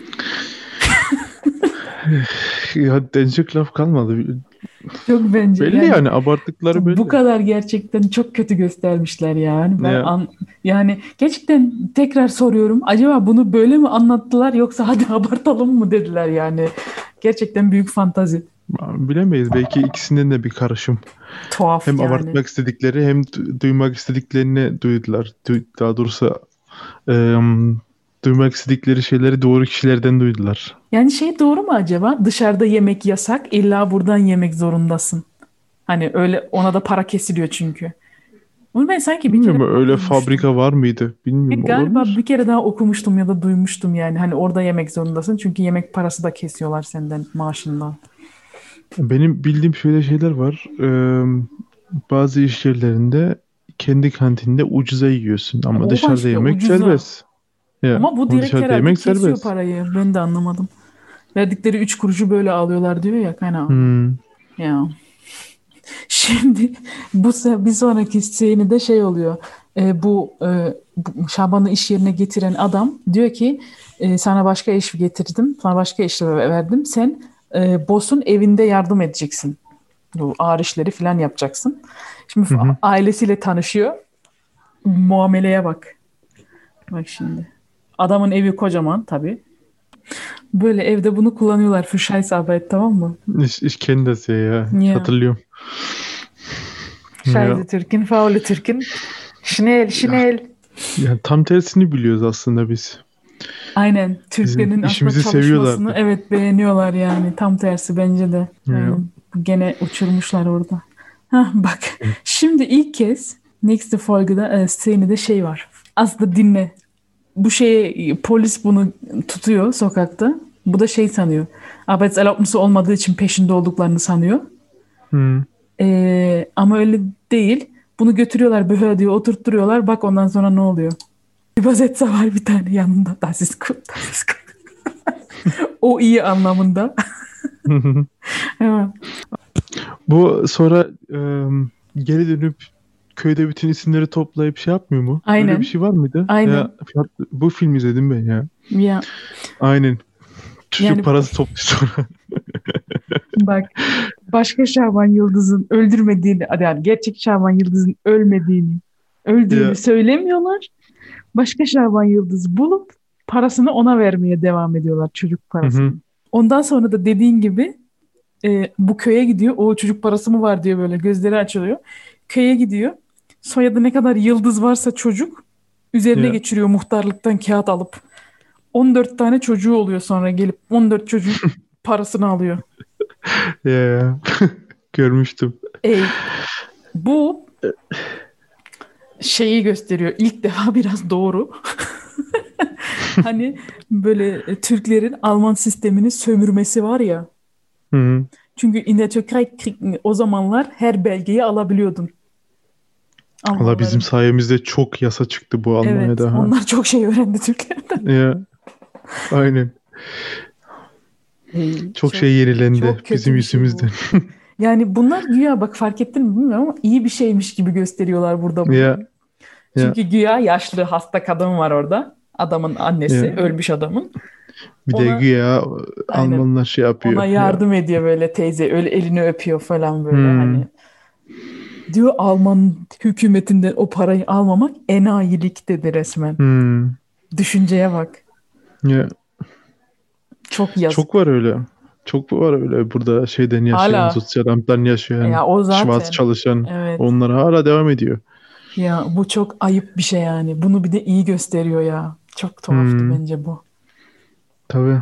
Ya denecek laf kalmadı. Çok bence Belli yani abarttıkları belli. bu kadar gerçekten çok kötü göstermişler yani. Ya. Yani gerçekten tekrar soruyorum. Acaba bunu böyle mi anlattılar yoksa hadi abartalım mı dediler yani. Gerçekten büyük fantazi. Bilemeyiz. Belki ikisinden de bir karışım. Tuhaf Hem yani. abartmak istedikleri hem duymak istediklerini duydular. Daha doğrusu duymak istedikleri şeyleri doğru kişilerden duydular. Yani doğru mu acaba? Dışarıda yemek yasak, illa buradan yemek zorundasın. Hani öyle ona da para kesiliyor çünkü. Bunu ben sanki bir kere Bilmiyorum öyle duymuştum. fabrika var mıydı? Bilmiyorum Galiba olabilir. bir kere daha okumuştum ya da duymuştum yani. Hani orada yemek zorundasın çünkü yemek parası da kesiyorlar senden maaşından. Benim bildiğim şöyle şeyler var. Bazı iş yerlerinde kendi kantinde ucuza yiyorsun ama O dışarıda başka yemek ucuza. serbest. Ya, Ama bu ama direkt dışarıda herhalde yemek kesiyor serbest. parayı. Ben de anlamadım. Verdikleri 3 kuruşu böyle alıyorlar diyor ya kaynağı. Hmm. Ya. Şimdi bir sonraki de oluyor. Bu Şaban'ı iş yerine getiren adam diyor ki sana başka iş getirdim. Sana başka işler verdim. Sen boss'un evinde yardım edeceksin. Bu ağır işleri falan yapacaksın. Şimdi Hı hı. ailesiyle tanışıyor. Muameleye bak. Bak şimdi. Adamın evi kocaman tabii. Böyle evde bunu kullanıyorlar. Für Scheißarbeit, tamam mı? Ich kenne das ya. Ya. Hatırlıyorum. Ya. Scheiße Türkin, faule Türkin. Schnell, schnell. Ya tam tersini biliyoruz aslında biz. Aynen. Bizim Türklerin aslında işimizi çalışmasını seviyorlardı. beğeniyorlar yani. Tam tersi bence de. Ya. Gene uçurmuşlar orada. Hah, bak. Şimdi ilk kez next folge'da senede var. Aslında dinle. Bu polis bunu tutuyor sokakta. Bu da sanıyor. Arbeitserlaubnisse olmadığı için peşinde olduklarını sanıyor. Hı. Ama öyle değil. Bunu götürüyorlar böyle diyor, oturtturuyorlar. Bak ondan sonra ne oluyor? Übersetzer var bir tane yanında. Das ist gut, das ist gut. O iyi anlamında. Evet. Bu sonra geri dönüp köyde bütün isimleri toplayıp yapmıyor mu? Aynen. Öyle bir şey var mıydı? Aynen. Ya, bu film izledim ben ya. Ya. Aynen. Çocuk Yani parası topluyor sonra. bak başka Şaban Yıldız'ın öldürmediğini, yani gerçek Şaban Yıldız'ın öldüğünü Ya. söylemiyorlar. Başka Şaban Yıldız bulup parasını ona vermeye devam ediyorlar, çocuk parasını. Hı. Ondan sonra da dediğin gibi bu köye gidiyor. O çocuk parası mı var diyor, böyle gözleri açılıyor. Köye gidiyor. Soyadı ne kadar Yıldız varsa çocuk üzerine Ya. geçiriyor muhtarlıktan kağıt alıp. 14 tane çocuğu oluyor, sonra gelip 14 çocuğun parasını alıyor. Ya. Görmüştüm. Bu gösteriyor. İlk defa biraz doğru. Hani böyle Türklerin Alman sistemini sömürmesi var ya. Hı. Çünkü in der Türkei o zamanlar her belgeyi alabiliyordun. Valla bizim sayemizde çok yasa çıktı bu Evet, Almanya'da. Ha. onlar çok öğrendi Türklerden. Ya. Aynen. Çok şey yenilendi çok kötü bizim bir şey bu. yüzümüzden. Yani bunlar güya, bak fark ettin mi bilmiyorum ama iyi bir şeymiş gibi gösteriyorlar burada bunu. Ya. Çünkü güya yaşlı hasta kadın var orada. Adamın annesi, Ya. ölmüş adamın. Bir de güya Aynen. Almanlar şey yapıyor. Ona yardım ediyor böyle teyze. Öyle elini öpüyor falan böyle. Hmm. Hani diyor Alman hükümetinden o parayı almamak enayilik dedi resmen. Hmm. Düşünceye bak. Ya. Çok yazık. Çok var öyle. Çok var öyle burada şeyden yaşayan, Hala. sosyal amttan yaşayan, Ya o zaten. Schwarz çalışan. Evet. Onlar hala devam ediyor. Ya bu çok ayıp bir şey yani. Bunu bir de iyi gösteriyor ya. Çok tuhaftı bence bu. Tabii.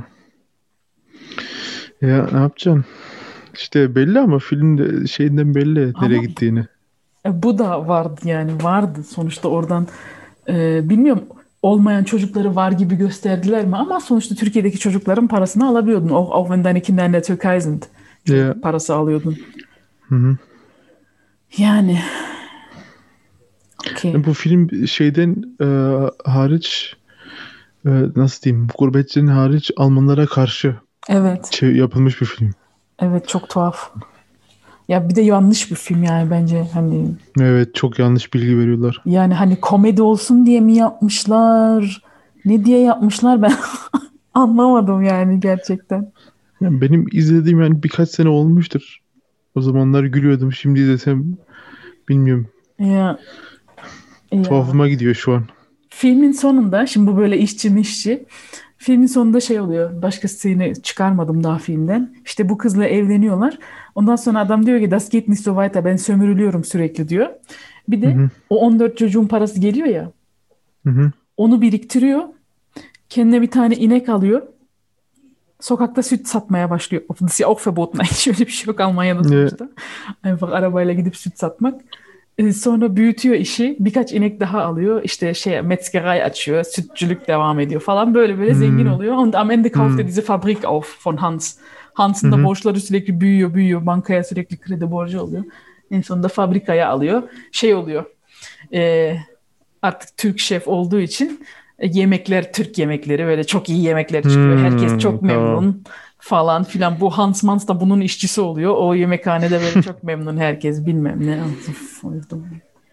Ya ne yapacaksın? İşte belli ama filmde şeyinden belli Ama nereye gittiğini. bu da vardı yani. Vardı sonuçta oradan. Bilmiyorum, olmayan çocukları var gibi gösterdiler mi? Ama sonuçta Türkiye'deki çocukların parasını alabiliyordun. Auch wenn deine Kinder in der Türkei sind. Ya. Parası alıyordun. Hı. Yani. Okay. Okey. Yani bu film şeyden hariç nasıl diyeyim, gurbetçinin hariç Almanlara karşı Evet. yapılmış bir film. Evet, çok tuhaf. Ya bir de yanlış bir film yani bence, hani Evet, çok yanlış bilgi veriyorlar. yani hani komedi olsun diye mi yapmışlar? Ne diye yapmışlar ben anlamadım yani gerçekten. Yani benim izlediğim yani birkaç sene olmuştur. O zamanlar gülüyordum. Şimdi izlesem bilmiyorum. Ya ya Tuhafıma gidiyor şu an. filmin sonunda, şimdi bu böyle işçi mişçi. Filmin sonunda şey oluyor. Başkasını çıkarmadım daha filmden. İşte bu kızla evleniyorlar. Ondan sonra adam diyor ki Das geht nicht so weiter. Ben sömürülüyorum sürekli diyor. Bir Hı de hı, o 14 çocuğun parası geliyor ya. hı hı. Onu biriktiriyor. Kendine bir tane inek alıyor. Sokakta süt satmaya başlıyor. Das ist ja auch verboten eigentlich. Öyle bir şey yok Almanya'da Ne? sonuçta. Einfach arabayla gidip süt satmak. Sonra büyütüyor işi. Birkaç inek daha alıyor. İşte şey Metzgerei açıyor. Sütçülük devam ediyor falan. Böyle böyle zengin Hmm, oluyor. Und am Ende kauft er hmm, diese Fabrik auf von Hans. hı Hans'ın da hı. borçları sürekli büyüyor büyüyor. Bankaya sürekli kredi borcu oluyor. En sonunda fabrikaya alıyor. Şey oluyor. e, Artık Türk şef olduğu için yemekler Türk yemekleri, böyle çok iyi yemekler çıkıyor. Herkes çok Tamam. memnun falan filan. Bu Hans Mans da bunun işçisi oluyor. O yemekhanede böyle çok memnun herkes, bilmem ne. Of, uyudum.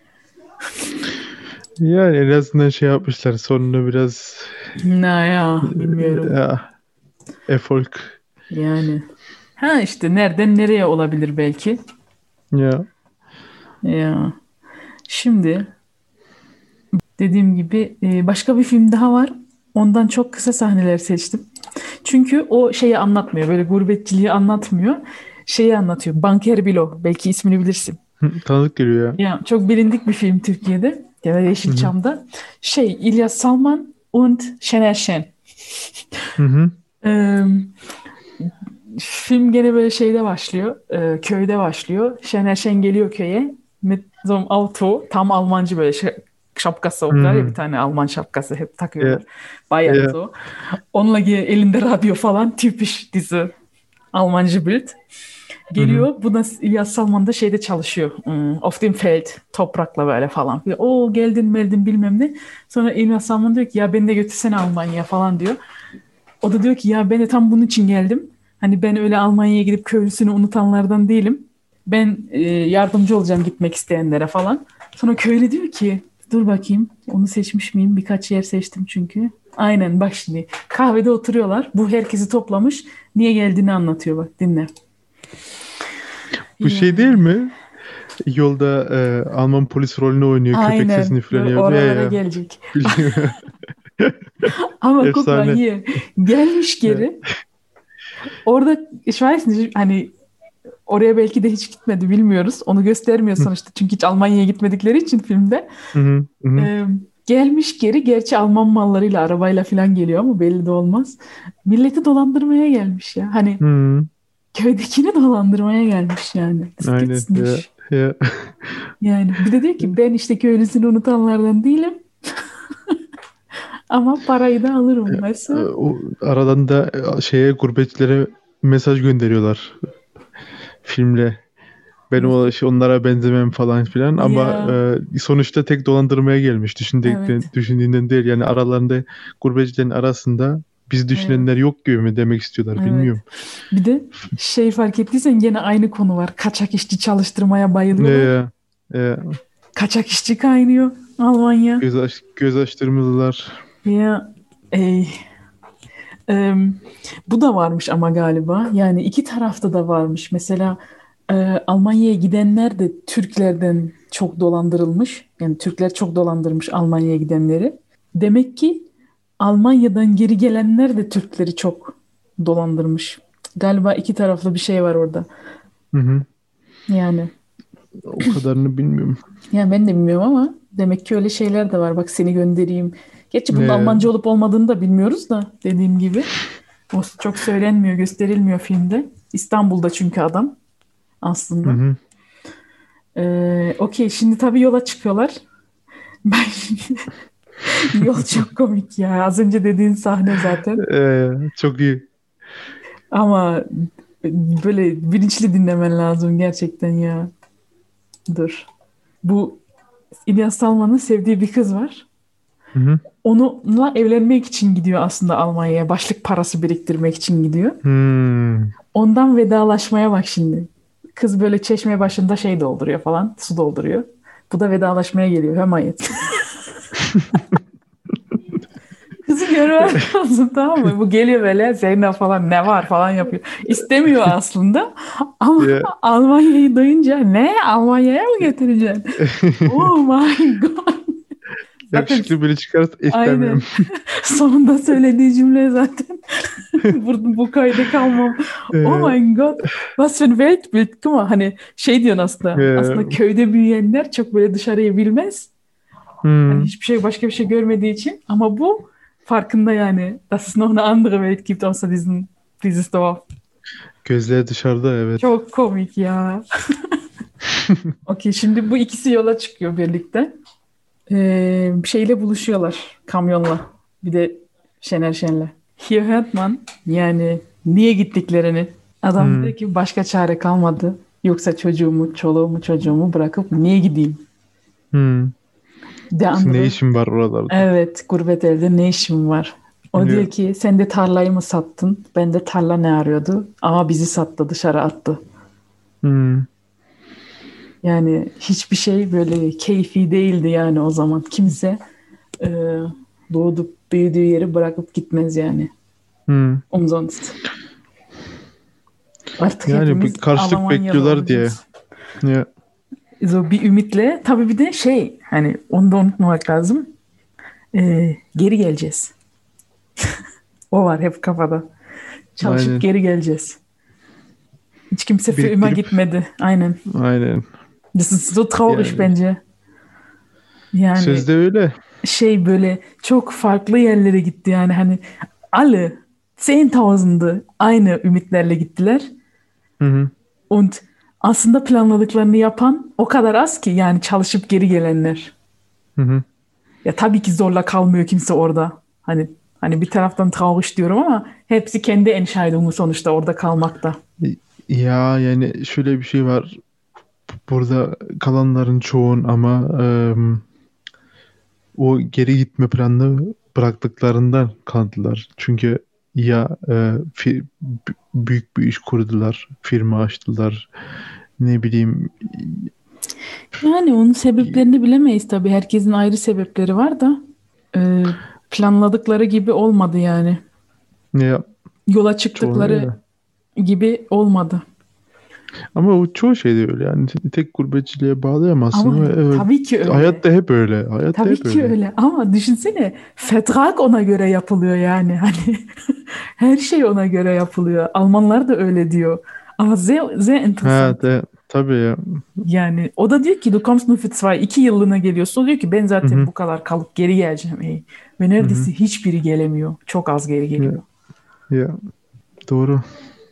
Yani en azından şey yapmışlar. Sonunda biraz Ne ya, bilmiyorum. ya, Erfolg. Yani. Ha işte nereden nereye olabilir belki. Ya. Ya. Şimdi dediğim gibi başka bir film daha var. Ondan çok kısa sahneler seçtim. Çünkü o şeyi anlatmıyor. Böyle gurbetçiliği anlatmıyor. Şeyi anlatıyor. Banker Bilo. Belki ismini bilirsin. Tanıdık geliyor ya. Ya çok bilindik bir film Türkiye'de. Ya da Hı hı. Yeşilçam'da. Şey, İlyas Salman und Şener Şen. Hı hı. Ee, Film gene böyle şeyde başlıyor. Köyde başlıyor. Şener Şen geliyor köye. Mit so einem Auto. Tam Almancı böyle şapkası Hı var ya, bir hı. tane Alman şapkası hep Ya. takıyorlar. Bayern Ya. so. Onunla elinde radyo falan. Typisch diese Almancı Bild. Hı hı. Geliyor. Bu da İlyas Salman da şeyde çalışıyor. Auf dem Feld. Toprakla böyle falan. O geldin meldin bilmem ne. Sonra İlyas Salman diyor ki ya beni de götürsene Almanya'ya falan diyor. O da diyor ki ya ben de tam bunun için geldim. Hani ben öyle Almanya'ya gidip köylüsünü unutanlardan değilim. Ben yardımcı olacağım gitmek isteyenlere falan. Sonra köylü diyor ki dur bakayım onu seçmiş miyim? Birkaç yer seçtim çünkü. Aynen, bak şimdi. Kahvede oturuyorlar. Bu herkesi toplamış. Niye geldiğini anlatıyor, bak dinle. Bu şey değil Yani. mi? Yolda Alman polis rolünü oynuyor. Köpek Aynen. sesini falan Dur, yapıyor oralara ya. gelecek. Biliyorum. Ama guck mal Efsane. hier. Gelmiş Ya. geri. Orada ich weiß nicht, hani oraya belki de hiç gitmedi, bilmiyoruz. Onu göstermiyor Hı sonuçta. Çünkü hiç Almanya'ya gitmedikleri için filmde. hı. Hı hı. Ee, Gelmiş geri. Gerçi Alman mallarıyla, arabayla falan geliyor ama belli de olmaz. Milleti dolandırmaya gelmiş ya. Hani Hı. köydekini dolandırmaya gelmiş yani. Das Aynen gibt's ya. nicht. Ya. Yani bir de diyor ki ben işte köylüsünü unutanlardan değilim. Ama parayı da alırım. Mesela. O aradan da şeye, gurbetçilere mesaj gönderiyorlar filmle. Ben o onlara benzemem falan filan, ama Ya sonuçta tek dolandırmaya gelmiş. evet. Düşündüğünden değil. Yani aralarında, gurbetçilerin arasında biz Evet. düşünenler yok gibi mi demek istiyorlar, Evet. bilmiyorum. Bir de şey, fark ettiysen gene aynı konu var. Kaçak işçi çalıştırmaya Ne bayılıyorlar. ya? E, Kaçak işçi kaynıyor Almanya. göz açtırmalılar. Ya ey, em, bu da varmış ama galiba. Yani iki tarafta da varmış. Mesela e, Almanya'ya gidenler de Türklerden çok dolandırılmış. Yani Türkler çok dolandırmış Almanya'ya gidenleri. Demek ki Almanya'dan geri gelenler de Türkleri çok dolandırmış. Galiba iki taraflı bir şey var orada. Hı hı. Yani. O kadarını bilmiyorum. Yani ben de bilmiyorum ama demek ki öyle şeyler de var. Bak seni göndereyim. Gerçi bunun E, Almanca olup olmadığını da bilmiyoruz da, dediğim gibi. O çok söylenmiyor, gösterilmiyor filmde. İstanbul'da çünkü adam hı aslında. hı. Okey, şimdi tabii yola çıkıyorlar. Ben yol çok komik ya. Az önce dediğin sahne zaten. Çok iyi. Ama böyle bilinçli dinlemen lazım gerçekten ya. Dur. Bu İlyas Salman'ın sevdiği bir kız var. Hı. Onunla evlenmek için gidiyor aslında Almanya'ya. Başlık parası biriktirmek için gidiyor. Ondan vedalaşmaya bak şimdi. Kız böyle çeşme başında şey dolduruyor falan. Su dolduruyor. Bu da vedalaşmaya geliyor. Hemayet. Kızı görmem lazım, tamam mı? Bu geliyor böyle Zeynep falan ne var falan yapıyor. İstemiyor aslında. Ama Almanya'yı duyunca ne? Almanya'ya mı götüreceksin? Oh my god. Yakışıklı biri çıkarsa istemiyorum. Sonunda söylediği cümle zaten. Burada bu kayda kalmam. Oh my god. Was für ein Weltbild. Guck mal, hani şey diyorsun aslında. Aslında köyde büyüyenler çok böyle dışarıyı bilmez. Hani hiçbir şey, başka bir şey görmediği için. Ama bu farkında yani. Dass es noch eine andere Welt gibt außer dieses Dorf. Gözleri dışarıda, evet. Çok komik ya. Okey, şimdi bu ikisi yola çıkıyor birlikte. Bir şeyle buluşuyorlar. Kamyonla. Bir de Şener Şen'le. Hier hört man yani niye gittiklerini. Adam diyor ki başka çare kalmadı. Yoksa çoluğumu çocuğumu bırakıp niye gideyim? Ne işim var oralarda? Evet, gurbet elde ne işim var? O diyor ki sen de tarlayı mı sattın? Ben de tarla ne arıyordu? Ama bizi sattı, dışarı attı. Yani hiçbir şey böyle keyfi değildi yani o zaman. Kimse doğup büyüdüğü yeri bırakıp gitmez yani. Umsonst. Artık yani bir karşılık bekliyorlar diye. Ya. So bir ümitle. Tabii bir de şey, hani onu da unutmamak lazım. Geri geleceğiz. O var hep kafada. Çalışıp geri geleceğiz. Hiç kimse filme gitmedi. Aynen. Das ist so traurig bence. Yani sözde öyle. Şey böyle çok farklı yerlere gitti yani, hani alle 10.000'ı aynı ümitlerle gittiler. Und aslında planladıklarını yapan o kadar az ki yani, çalışıp geri gelenler. Ya tabii ki zorla kalmıyor kimse orada. Hani bir taraftan traurig diyorum ama hepsi kendi entscheidungu sonuçta orada kalmakta. Ya yani şöyle bir şey var. Burada kalanların çoğun ama o geri gitme planını bıraktıklarından kaldılar. Çünkü ya büyük bir iş kurdular, firma açtılar, ne bileyim. Yani onun sebeplerini bilemeyiz tabii. Herkesin ayrı sebepleri var da planladıkları gibi olmadı yani. Ya, yola çıktıkları gibi olmadı. Ama o çoğu şeyde öyle yani, tek gurbetçiliğe bağlayamazsın. Ama evet, tabii ki öyle. Hayat da hep öyle. Tabii ki öyle. Ama düşünsene, Vertrag ona göre yapılıyor yani. Hani her şey ona göre yapılıyor. Almanlar da öyle diyor. Ama sehr interessant. Evet, tabii ya. Yani o da diyor ki du kommst nur für 2 yıllığına geliyorsun. O diyor ki ben zaten bu kadar kalıp geri geleceğim. Ve neredeyse hiçbiri gelemiyor. Çok az geri geliyor. Ya. Doğru.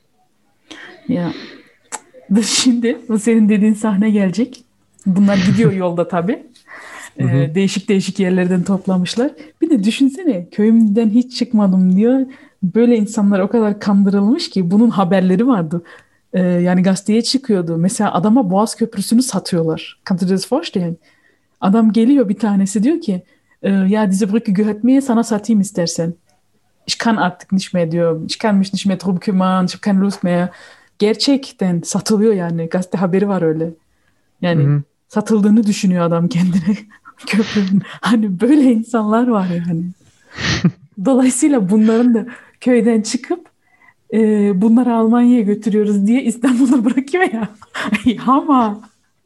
Ya. Şimdi senin dediğin sahne gelecek. Bunlar gidiyor yolda tabii. Değişik değişik yerlerden toplamışlar. Bir de düşünsene, köyümden hiç çıkmadım diyor. Böyle insanlar o kadar kandırılmış ki bunun haberleri vardı. Yani gazeteye çıkıyordu. Mesela adama Boğaz Köprüsü'nü satıyorlar. Kannst du dir das vorstellen? Adam geliyor, bir tanesi diyor ki ya diese Brücke gehört mir, sana satayım istersen. Ich kann artık nicht mehr diyor. Ich kann mich nicht mehr drum kümmern. Ich habe keine Lust mehr. Gerçekten satılıyor yani. Gazete haberi var öyle. Yani satıldığını düşünüyor adam kendine. Köprünün. Hani böyle insanlar var yani. Dolayısıyla bunların da köyden çıkıp bunları Almanya'ya götürüyoruz diye İstanbul'a bırakıyor ya. Ama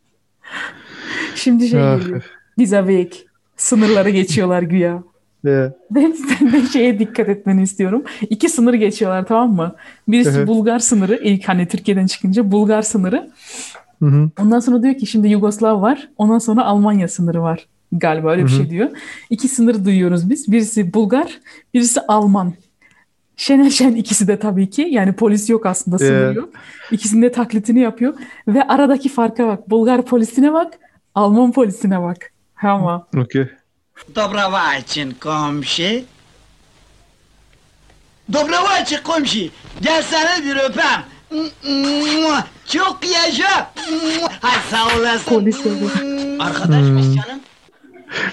şimdi geliyor. Dieser Weg. Sınırları geçiyorlar güya. Ben senden şeye dikkat etmeni istiyorum. 2 sınır geçiyorlar, tamam mı? Birisi Bulgar sınırı. İlk hani Türkiye'den çıkınca Bulgar sınırı. Ondan sonra diyor ki şimdi Yugoslav var. Ondan sonra Almanya sınırı var. Galiba öyle bir şey diyor. 2 sınır duyuyoruz biz. Birisi Bulgar, birisi Alman. Şener Şen ikisi de tabii ki. Yani polis yok aslında, sınır yok. İkisinin de taklitini yapıyor. Ve aradaki farka bak. Bulgar polisine bak, Alman polisine bak. Ama. Okay. Dobrovaçin komşu. Dobrovaçin komşu. Gel seni bir öpem. Çok yaşa. Hay sağ olasın. Polis Arkadaşmış canım.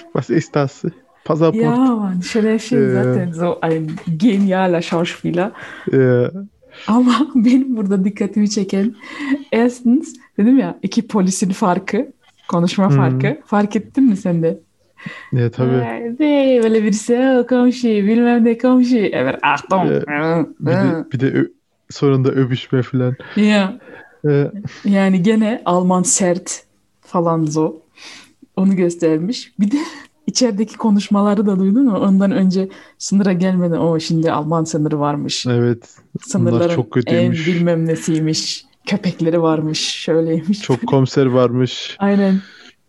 Was ist das? Pasaport. Ja, Mann, Şener Şen zaten so ein genialer Schauspieler. Ama benim burada dikkatimi çeken erstens dedim ya iki polisin farkı, konuşma farkı. Fark ettin mi sen de? Ya tabii. Böyle birisi komşu bilmem ne komşu. Evet Achtung. Bir de sonunda öpüşme falan. Ya. Yani gene Alman sert falan zo. Onu göstermiş. Bir de içerideki konuşmaları da duydun mu? Ondan önce sınıra gelmeden o şimdi Alman sınırı varmış. Evet. Sınırların çok en kötüymüş. bilmem nesiymiş. Köpekleri varmış. Şöyleymiş. Çok komiser varmış. Aynen.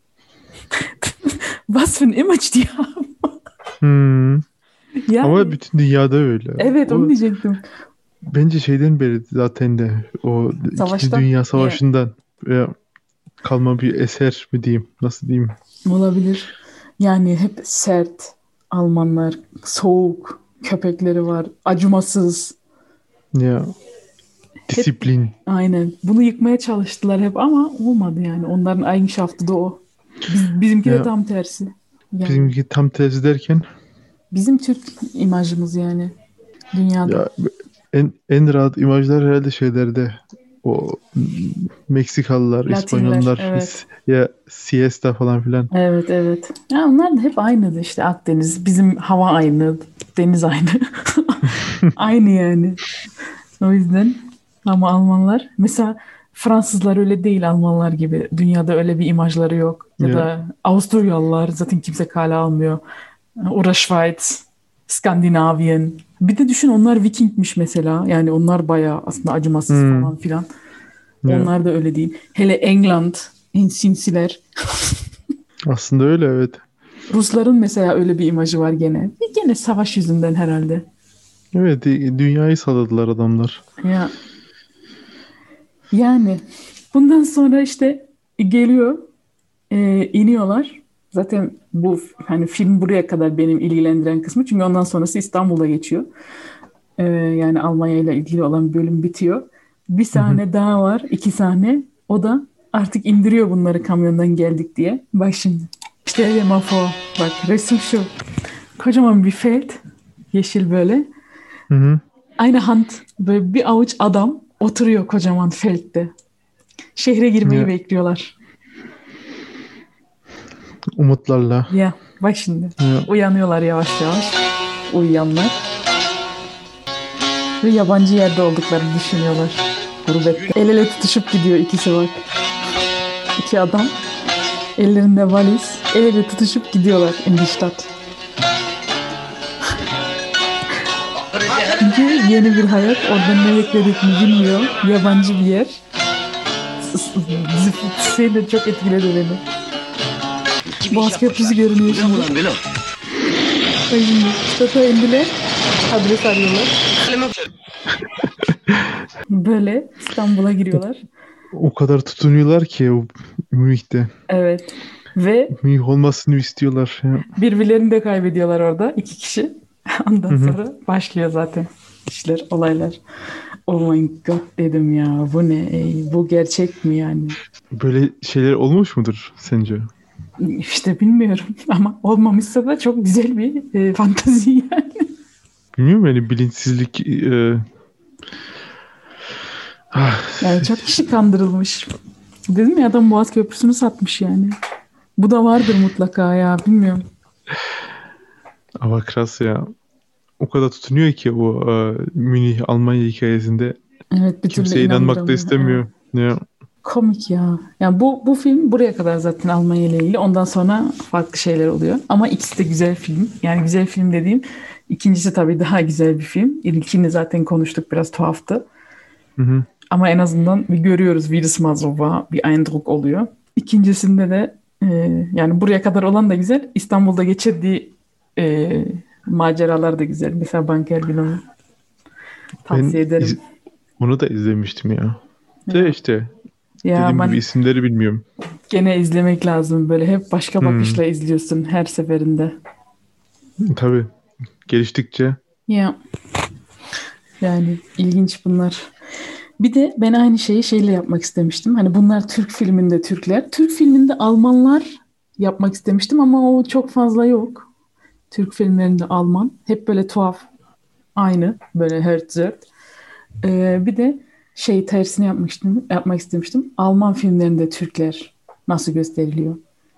Was für ein Image die haben. Yani, ama bütün dünyada öyle. Evet onu diyecektim. Bence şeyden beri zaten de o İkinci Dünya Savaşı'ndan kalma bir eser mi diyeyim? Nasıl diyeyim? Olabilir. Yani hep sert Almanlar, soğuk, köpekleri var, acımasız. Ya disiplin. Aynen. Bunu yıkmaya çalıştılar hep ama olmadı yani. Onların Eigenschaft'ı da o. Bizimki de tam tersi. Yani, bizimki tam tersi derken? Bizim Türk imajımız yani dünyada. Ya, en rahat imajlar herhalde şeylerde o Meksikalılar, Latinler, İspanyollar, evet. ya siesta falan filan. Evet. Ya onlar da hep aynıydı işte Akdeniz. Bizim hava aynı, deniz aynı. Aynı yani. O yüzden ama Almanlar mesela Fransızlar öyle değil Almanlar gibi. Dünyada öyle bir imajları yok. Ya da Avusturyalılar zaten kimse kale almıyor. Oder Schweiz, Skandinavyen. Bir de düşün onlar Vikingmiş mesela. Yani onlar bayağı aslında acımasız falan filan. Onlar da öyle değil. Hele England, en sinsiler. Aslında öyle evet. Rusların mesela öyle bir imajı var gene. Gene savaş yüzünden herhalde. Evet dünyayı salladılar adamlar. Ya. Yani bundan sonra işte geliyor iniyorlar. Zaten bu hani film buraya kadar benim ilgilendiren kısmı. Çünkü ondan sonrası İstanbul'a geçiyor. Yani Almanya ile ilgili olan bölüm bitiyor. Bir sahne daha var. 2 sahne. O da artık indiriyor bunları kamyondan geldik diye. Bak şimdi. İşte Lemafo. Bak resim şu. Kocaman bir feld. Yeşil böyle. Aynı hand. Böyle bir avuç adam oturuyor kocaman feldde. Şehre girmeyi bekliyorlar. Umutlarla. Ya bak şimdi. Uyanıyorlar yavaş yavaş. Uyuyanlar. Ve yabancı yerde olduklarını düşünüyorlar. Gurbette. El ele tutuşup gidiyor ikisi bak. 2 adam. Ellerinde valiz. El ele tutuşup gidiyorlar in die Stadt. Çünkü yeni bir hayat. Orada ne beklediklerini bilmiyor. Yabancı bir yer. Şey de çok etkiledi beni. Boğaz Köprüsü görünüyor şimdi. Şimdi Stadt'a indiler. Adres arıyorlar. Böyle İstanbul'a giriyorlar. O kadar tutunuyorlar ki o Münih'te. Evet. Ve Münih olmasını istiyorlar. Ya. Birbirlerini de kaybediyorlar orada 2 kişi. Ondan sonra başlıyor zaten işler, olaylar. Oh my god dedim ya. Bu ne? Bu gerçek mi yani? Böyle şeyler olmuş mudur sence? İşte bilmiyorum ama olmamışsa da çok güzel bir fantazi yani. Bilmiyorum yani bilinçsizlik yani çok kişi kandırılmış. Dedim ya adam Boğaz Köprüsü'nü satmış yani. Bu da vardır mutlaka ya bilmiyorum. Ama kras ya. O kadar tutunuyor ki o Münih Almanya hikayesinde. Evet, kimse inanmak da istemiyor. Evet. Ya. Komik ya. Yani bu film buraya kadar zaten Almanya ile ilgili. Ondan sonra farklı şeyler oluyor. Ama ikisi de güzel film. Yani güzel film dediğim ikincisi tabii daha güzel bir film. İlkini zaten konuştuk biraz tuhaftı. Ama en azından bir görüyoruz Virus Mazova bir Eindruck oluyor. İkincisinde de yani buraya kadar olan da güzel. İstanbul'da geçirdiği maceralar da güzel. Mesela Banker Binom'u tavsiye ederim. Onu da izlemiştim ya. De işte ya dediğim gibi isimleri bilmiyorum. Gene izlemek lazım. Böyle hep başka bakışla izliyorsun her seferinde. Tabii. Geliştikçe. Ya. Yani ilginç bunlar. Bir de ben aynı şeyi şeyle yapmak istemiştim. Hani bunlar Türk filminde Türkler. Türk filminde Almanlar yapmak istemiştim ama o çok fazla yok. Türk filmlerinde Alman. Hep böyle tuhaf. Aynı. Böyle hört zört. Bir de tersini yapmak istemiştim. Alman filmlerinde Türkler nasıl gösteriliyor?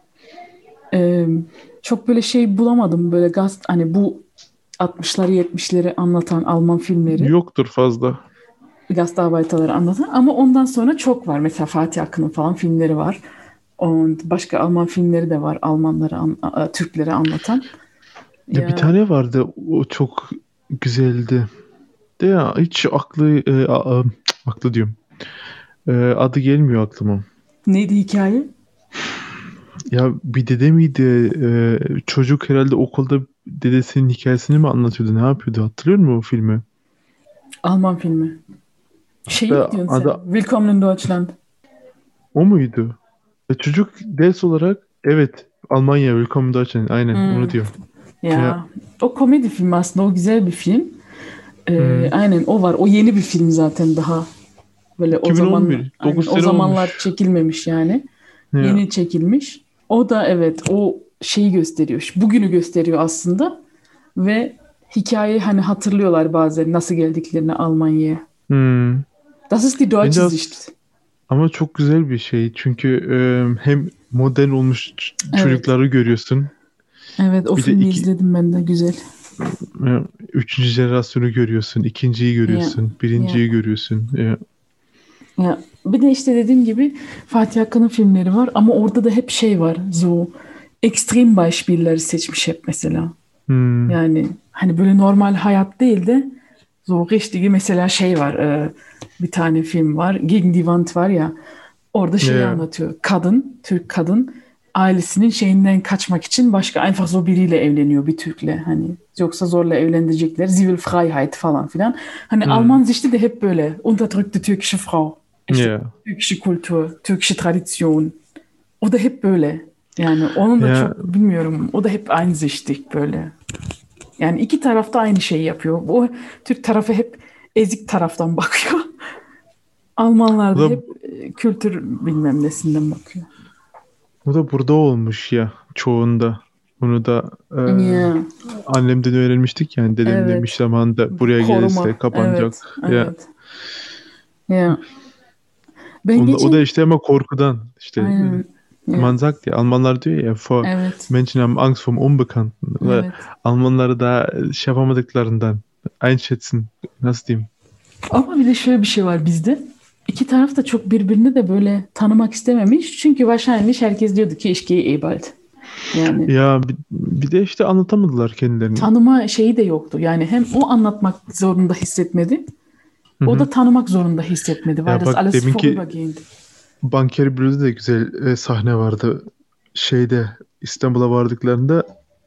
Ee, Çok böyle bulamadım. Böyle hani bu 60'ları 70'leri anlatan Alman filmleri. Yoktur fazla. Gastarbeiter'ları anlatan. Ama ondan sonra çok var. Mesela Fatih Akın'ın falan filmleri var. Başka Alman filmleri de var. Türkleri anlatan. Ya bir Ya, tane vardı. O çok güzeldi. De ya hiç aklı diyorum. Adı gelmiyor aklıma. neydi hikaye? Ya bir dede miydi? Çocuk herhalde okulda dedesinin hikayesini mi anlatıyordu? Ne yapıyordu? Hatırlıyor musun o filmi? Alman filmi. Şeyi mi diyorsun sen? Adı Willkommen in Deutschland. o muydu? Çocuk ders olarak evet Almanya Willkommen Deutschland aynen onu Hmm. diyor. Ya, Ya o komedi filmi aslında, o güzel bir film. hmm. Aynen o var. O yeni bir film zaten daha. Böyle o zaman 2011 aynen 9 o sene zamanlar olmuş. çekilmemiş yani. Ya, Yeni çekilmiş. O da evet o şeyi gösteriyor. Bugünü gösteriyor aslında ve hikayeyi hani hatırlıyorlar bazen nasıl geldiklerini Almanya'ya. hmm. Das ist die Bence deutsche Sicht. ama çok güzel bir şey çünkü hem modern olmuş Evet. çocukları görüyorsun. Evet, o Bir de filmi izledim ben de, güzel. üçüncü jenerasyonu görüyorsun, ikinciyi Ya görüyorsun, ya birinciyi görüyorsun. Ya, ya bir de işte dediğim gibi Fatih Akın'ın filmleri var ama orada da hep var. Ekstrem Beispielleri seçmiş hep mesela. hmm. Yani hani böyle normal hayat değil de richtige mesela var. Bir tane film var. Gegen die Wand var ya. Orada Ya, anlatıyor. Türk kadın ailesinin şeyinden kaçmak için einfach biriyle evleniyor, bir Türk'le. Hani yoksa zorla evlendirecekler. Sie will Freiheit falan filan. Hani hmm. Alman Sichte de hep böyle. Unterdrückte türkische Frau. İşte Ya, türkische Kultur, türkische Tradition. O da hep böyle. Yani onun da ya, çok bilmiyorum. O da hep einsichtig böyle. Yani iki tarafta aynı şeyi yapıyor. O Türk tarafı hep ezik taraftan bakıyor. Almanlar bu da da hep kültür bilmem nesinden bakıyor. bu da burada olmuş ya çoğunda. Bunu da Ya, annemden öğrenmiştik yani dedem demiş evet. zamanında buraya gelirse Koruma. kapanacak. Evet. Ya Evet. Ya. Ben o da geçen işte ama korkudan işte aynen. Ya. man sagt ya Almanlar diyor ya vor Evet. Menschen haben Angst vom Unbekannten. Ve Evet. Almanları da yapamadıklarından einschätzen nasıl diyeyim? Ama bir de şöyle bir şey var bizde. İki taraf da çok birbirini de böyle tanımak istememiş. Çünkü wahrscheinlich herkes diyordu ki ich gehe eh bald. Yani Ya bir de işte anlatamadılar kendilerini. tanıma şeyi de yoktu. Yani hem o anlatmak zorunda hissetmedi. Hı O hı. da tanımak zorunda hissetmedi. Weil Ya das bak alles deminki vorübergehend. Banker Blue'da da güzel sahne vardı. Şeyde İstanbul'a vardıklarında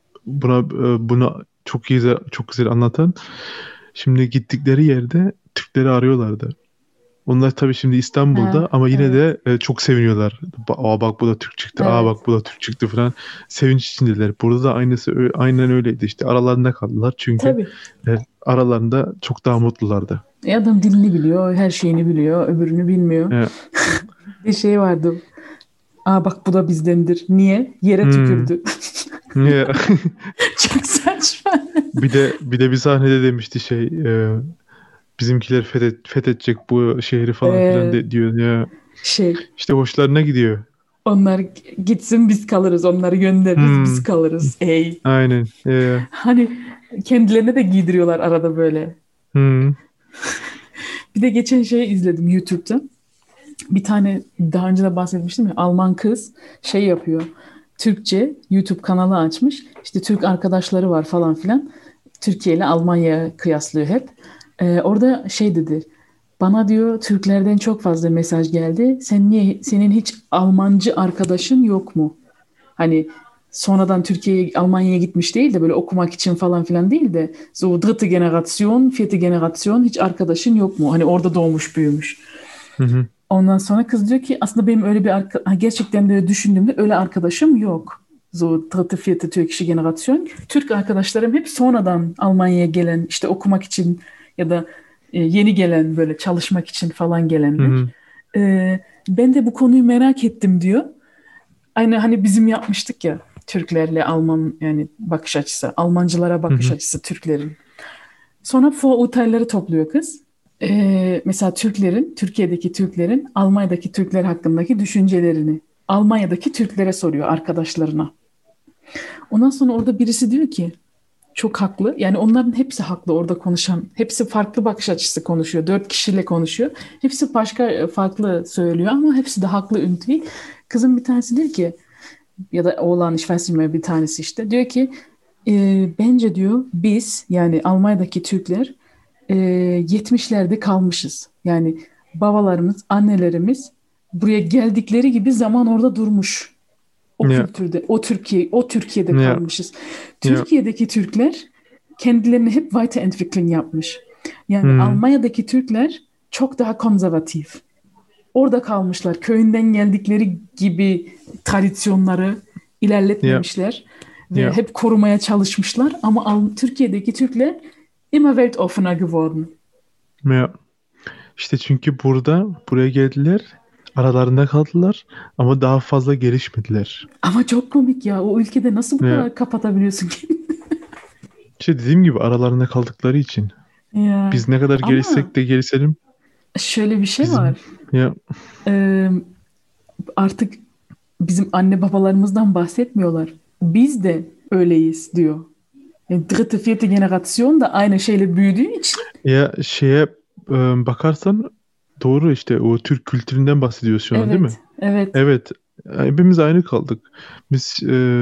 bunu çok güzel anlatan. Şimdi gittikleri yerde Türkleri arıyorlardı. Onlar tabii şimdi İstanbul'da Ha, ama yine evet. de çok seviniyorlar. Aa bak bu da Türk çıktı. Aa Evet. bak bu da Türk çıktı falan. Sevinç içindeler. Burada da aynen öyleydi işte. Aralarında kaldılar çünkü Tabii. aralarında çok daha mutlulardı. Adam dilini biliyor, her şeyini biliyor, öbürünü bilmiyor. E, Bir vardı. Aa bak bu da bizdendir. Niye? Yere hmm, tükürdü. ya. Çok saçma. Bir de bir sahnede demişti bizimkiler fethedecek bu şehri falan filan Ee, diyor ya. şey, İşte hoşlarına gidiyor. onlar gitsin biz kalırız. Onları göndeririz biz Hmm, kalırız. Ey. aynen. Hani kendilerine de giydiriyorlar arada böyle. Hmm, Bir de geçen izledim YouTube'da. Bir tane daha önce de bahsetmiştim ya, Alman kız yapıyor. Türkçe YouTube kanalı açmış. İşte Türk arkadaşları var falan filan. Türkiye ile Almanya kıyaslıyor hep. Orada dedi. Bana diyor Türklerden çok fazla mesaj geldi. Senin hiç Almancı arkadaşın yok mu? Hani sonradan Almanya'ya gitmiş değil de böyle okumak için falan filan değil de dritte Generation, vierte Generation hiç arkadaşın yok mu? Hani orada doğmuş büyümüş. hı hı, Ondan sonra kız diyor ki aslında benim öyle bir gerçekten de düşündüğümde öyle arkadaşım yok. Dritte, vierte Türkische Generation. Türk arkadaşlarım hep sonradan Almanya'ya gelen, işte okumak için ya da yeni gelen, böyle çalışmak için falan hı gelenler. hı. Ben de bu konuyu merak ettim diyor. Aynı hani bizim yapmıştık ya Türklerle Alman yani bakış açısı. Almancılara Hı bakış hı. açısı Türklerin. Sonra Vorurteil'leri topluyor kız. Mesela Türkiye'deki Türklerin Almanya'daki Türkler hakkındaki düşüncelerini Almanya'daki Türklere soruyor arkadaşlarına. Ondan sonra orada birisi diyor ki çok haklı. Yani onların hepsi haklı orada konuşan. Hepsi farklı bakış açısı konuşuyor. 4 kişiyle konuşuyor. Hepsi başka farklı söylüyor ama hepsi de haklı irgendwie. Kızın bir tanesi diyor ki ya da oğlan ich weiß nicht mehr bir tanesi işte diyor ki bence diyor biz yani Almanya'daki Türkler 70'lerde kalmışız. Yani babalarımız, annelerimiz buraya geldikleri gibi zaman orada durmuş. O Ja, kültürde, o Türkiye'de ja, kalmışız. ja. Türkiye'deki Türkler kendilerini hep Weiterentwicklung yapmış. Yani Hm, Almanya'daki Türkler çok daha konservatif. Orada kalmışlar. Köyünden geldikleri gibi tradisyonları ja, ilerletmemişler ve ja, hep korumaya çalışmışlar. Ama Türkiye'deki Türkler immer weltoffener geworden. ja. İşte çünkü buraya geldiler, aralarında kaldılar ama daha fazla gelişmediler. Ama çok komik ya. O ülkede nasıl bu Ya kadar kapatabiliyorsun kendini? işte dediğim gibi aralarında kaldıkları için. Ya. Biz ne kadar Ama gelişsek de gelişelim şöyle bir şey bizim var. ya Ee, Artık bizim anne babalarımızdan bahsetmiyorlar. Biz de öyleyiz diyor. Yani dritte, vierte generasyon da aynı şeyle büyüdüğü için. ya şeye bakarsan doğru işte o Türk kültüründen bahsediyoruz şu an değil mi? Evet, evet. Evet. Hepimiz aynı kaldık. Biz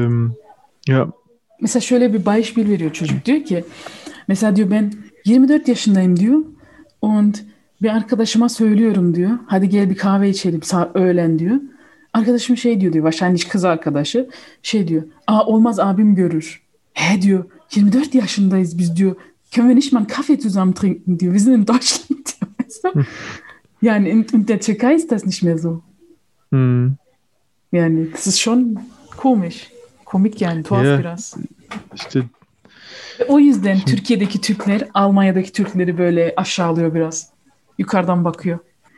ya Mesela şöyle bir beispiel veriyor çocuk. Diyor ki, mesela diyor ben 24 yaşındayım diyor. Und bir arkadaşıma söylüyorum diyor. Hadi gel bir kahve içelim öğlen diyor. Arkadaşım şey diyor wahrscheinlich kız arkadaşı. Şey diyor. Aa olmaz abim görür. He diyor. 24 yaşındayız biz diyor. Können wir nicht mal einen Kaffee zusammen trinken diyor. Wir sind in Deutschland diyor. Weißt du? Yani in der Türkei ist das nicht mehr so. hmm, Yani das ist schon komisch. Komik yani tuhaf ya biraz. işte O yüzden şimdi Türkiye'deki Türkler Almanya'daki Türkleri böyle aşağılıyor biraz. Yukarıdan bakıyor.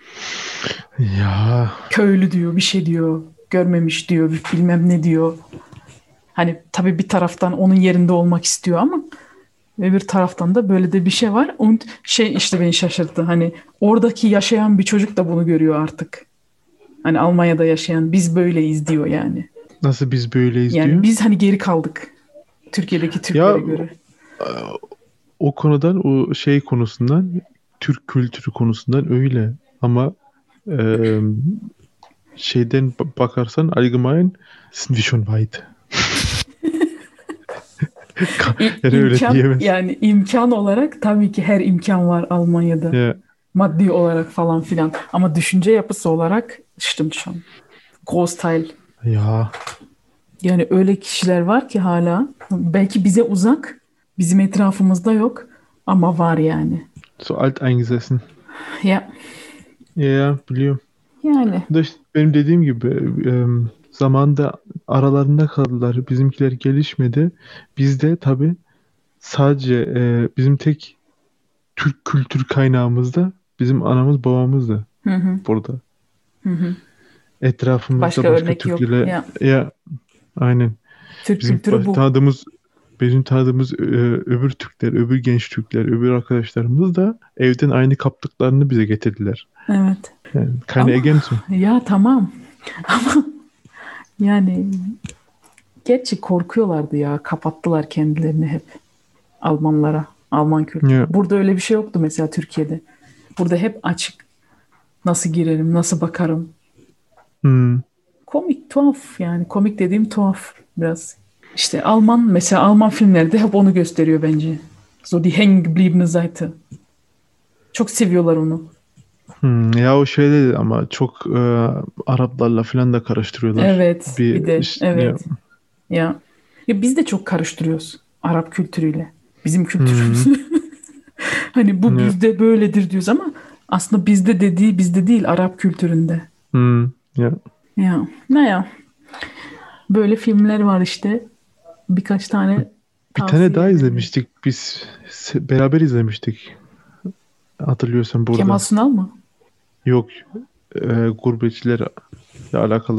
ya Köylü diyor, bir şey diyor. Görmemiş diyor, bilmem ne diyor. Hani tabii bir taraftan onun yerinde olmak istiyor ama öbür taraftan da böyle de bir şey var. Und şey işte beni şaşırttı. Hani oradaki yaşayan bir çocuk da bunu görüyor artık. Hani Almanya'da yaşayan biz böyleyiz diyor yani. nasıl biz böyleyiz Yani diyor. biz hani geri kaldık Türkiye'deki Ya Türklere göre. o konudan o şey konusundan Türk kültürü konusundan öyle ama eee, şeyden bakarsan allgemein sind wir schon weit. Yani öyle İmkan diyemez. yani imkan olarak tabii ki her imkan var Almanya'da. Ya, Maddi olarak falan filan. Ama düşünce yapısı olarak stimmt schon. Großteil. ya Yani öyle kişiler var ki hala belki bize uzak, bizim etrafımızda yok ama var yani. so alt eingesessen. Ya Ya biliyorum. yani Bu da işte benim dediğim gibi zamanda aralarında kaldılar. Bizimkiler gelişmedi. Bizde tabii sadece bizim tek Türk kültür kaynağımız da bizim anamız babamız da hı hı, burada. hı hı. Etrafımızda Başka başka örnek yok. Türklerle Ya ya aynen Türk bizim kültürü bu. tanıdığımız öbür Türkler, öbür genç Türkler, öbür arkadaşlarımız da evden aynı kaptıklarını bize getirdiler. Evet. Yani keine Ama Ergänzung. ya tamam. Ama yani gerçi korkuyorlardı ya. Kapattılar kendilerini hep Almanlara. Alman kültürü. Ja. Burada öyle bir şey yoktu mesela Türkiye'de. Burada hep açık. Nasıl girerim, nasıl bakarım. Hm. Komik, tuhaf yani. Komik dediğim tuhaf biraz. İşte mesela Alman filmlerde hep onu gösteriyor bence. So die hängen gebliebene Seite. Çok seviyorlar onu. Ya o şeyde ama çok Araplarla falan da karıştırıyorlar. Evet, bir de Ya, evet. Ya. Ya biz de çok karıştırıyoruz Arap kültürüyle. Bizim hmm, kültürümüz. Hani bu ya, bizde böyledir diyoruz ama aslında bizde dediği bizde değil Arap kültüründe. ya. Ya ne ya böyle filmler var işte birkaç tane Bir tane tavsiye daha edebilirim. izlemiştik biz. Beraber izlemiştik. Hatırlıyorsan Kemal burada. Sunal mı? Yok. Gurbetçilerle alakalı.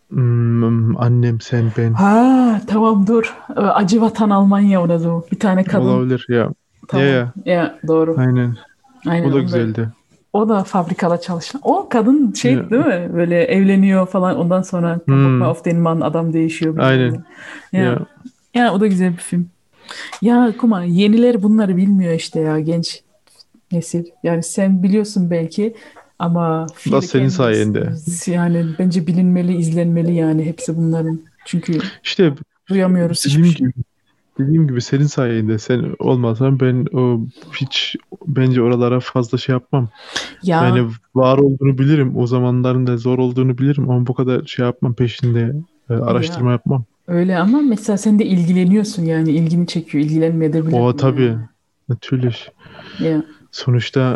Annem, sen, ben. Ha tamam dur. Acı Vatan Almanya o da o. Bir tane kadın. Olabilir ya. Ya Tamam. ya. Ya doğru. Aynen. Aynen O da onu da. güzeldi. O da fabrikada çalışan. O kadın Ya. şey değil mi? Böyle evleniyor falan. Ondan sonra Kaputt Hmm, auf den Mann adam değişiyor bilmem ne. aynen. Ya. Ya. Ya o da güzel bir film. Ya Kuma yeniler bunları bilmiyor işte ya genç nesil. Yani sen biliyorsun belki ama Da Phil senin sayende. Candice yani bence bilinmeli, izlenmeli yani hepsi bunların. Çünkü İşte duyamıyoruz hiçbir dediğim şey. gibi dediğim gibi senin sayende, sen olmasan ben hiç bence oralara fazla şey yapmam. Ya Yani var olduğunu bilirim. O zamanların da zor olduğunu bilirim ama bu kadar şey yapmam, peşinde ya araştırma yapmam. öyle ama mesela sen de ilgileniyorsun yani ilgini çekiyor. O İlgilenmeyebilirdin tabii. yani. Natürlich. Ya Sonuçta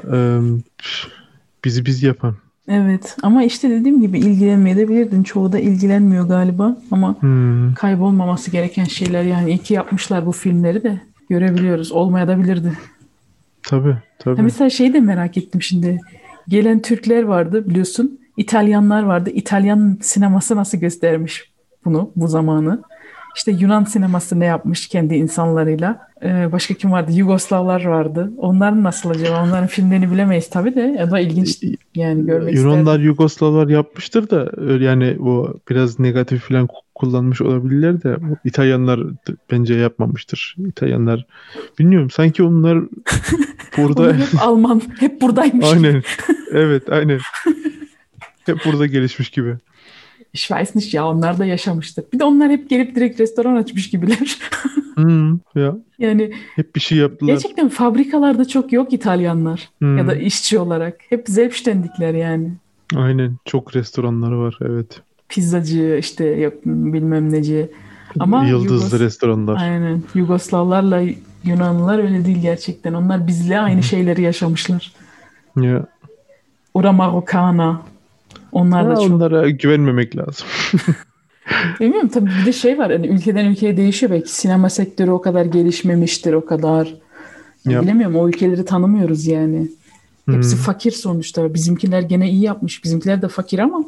bizi biz yapan. evet ama işte dediğim gibi ilgilenmeyebilirdin. Çoğu da ilgilenmiyor galiba ama Hmm, kaybolmaması gereken şeyler yani iyi ki yapmışlar bu filmleri de görebiliyoruz. Olmaya da bilirdi. tabii Ha tabii. mesela şeyi de merak ettim şimdi. Gelen Türkler vardı biliyorsun. İtalyanlar vardı. İtalyan sineması nasıl göstermiş bunu, bu zamanı. İşte Yunan sineması ne yapmış kendi insanlarıyla. Başka kim vardı? Yugoslavlar vardı. Onlar nasıl acaba? Onların filmlerini bilemeyiz tabii de. Ya da ilginç yani görmek Yunanlar, isterdim. Yugoslavlar yapmıştır da yani o biraz negatif falan kullanmış olabilirler de İtalyanlar bence yapmamıştır. İtalyanlar bilmiyorum, sanki onlar burada Onlar hep Alman. Hep buradaymış gibi. aynen, evet aynen, hep burada gelişmiş gibi. Ich weiß nicht ya onlar da yaşamıştır. Bir de onlar hep gelip direkt restoran açmış gibiler. Ya Yani hep bir şey yaptılar. gerçekten fabrikalarda çok yok İtalyanlar ya da Hmm, işçi olarak. Hep selbstständigler yani. aynen, çok restoranları var, evet. Pizzacı işte yok bilmem neci. Ama Yıldızlı restoranlar. aynen Yugoslavlarla Yunanlılar öyle değil gerçekten. Onlar bizle aynı Hı. şeyleri yaşamışlar. Ya, Ora Marokana. Onlar da çok. onlara güvenmemek lazım. Bilmiyorum tabii bir de şey var. Hani ülkeden ülkeye değişiyor belki. Sinema sektörü o kadar gelişmemiştir o kadar. Yani Ya. bilemiyorum o ülkeleri tanımıyoruz yani. Hepsi Hmm. fakir sonuçta. Bizimkiler gene iyi yapmış. Bizimkiler de fakir ama.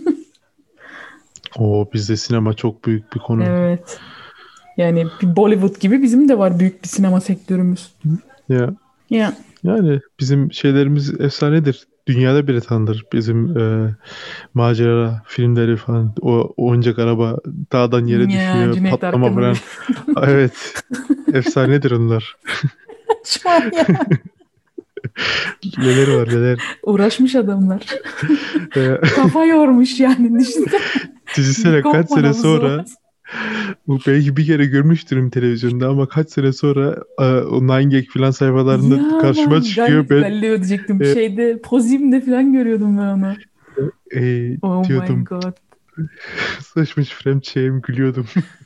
Bizde sinema çok büyük bir konu. Evet. Yani bir Bollywood gibi bizim de var büyük bir sinema sektörümüz. Ya. Ya Yani bizim şeylerimiz efsanedir. Dünyada bile tanınır. Bizim macera filmleri falan. O oyuncak araba dağdan yere ya düşüyor. Cüneyt Patlama Arkın'ın falan. Evet. Efsanedir onlar. Saçma ya. Neler var neler. Uğraşmış adamlar. E, Kafa yormuş yani düşünsene. Bir Düşünsene kaç kopman sene havuzu sonra, var. bu belki bir kere görmüştürüm televizyonda ama kaç sene sonra o 9gag falan sayfalarında Ya karşıma lan çıkıyor. Ben Galileo diyecektim. e, Şeyde Pozim'de falan görüyordum ben onu. Oh my diyordum god. saçma şeyim, gülüyordum.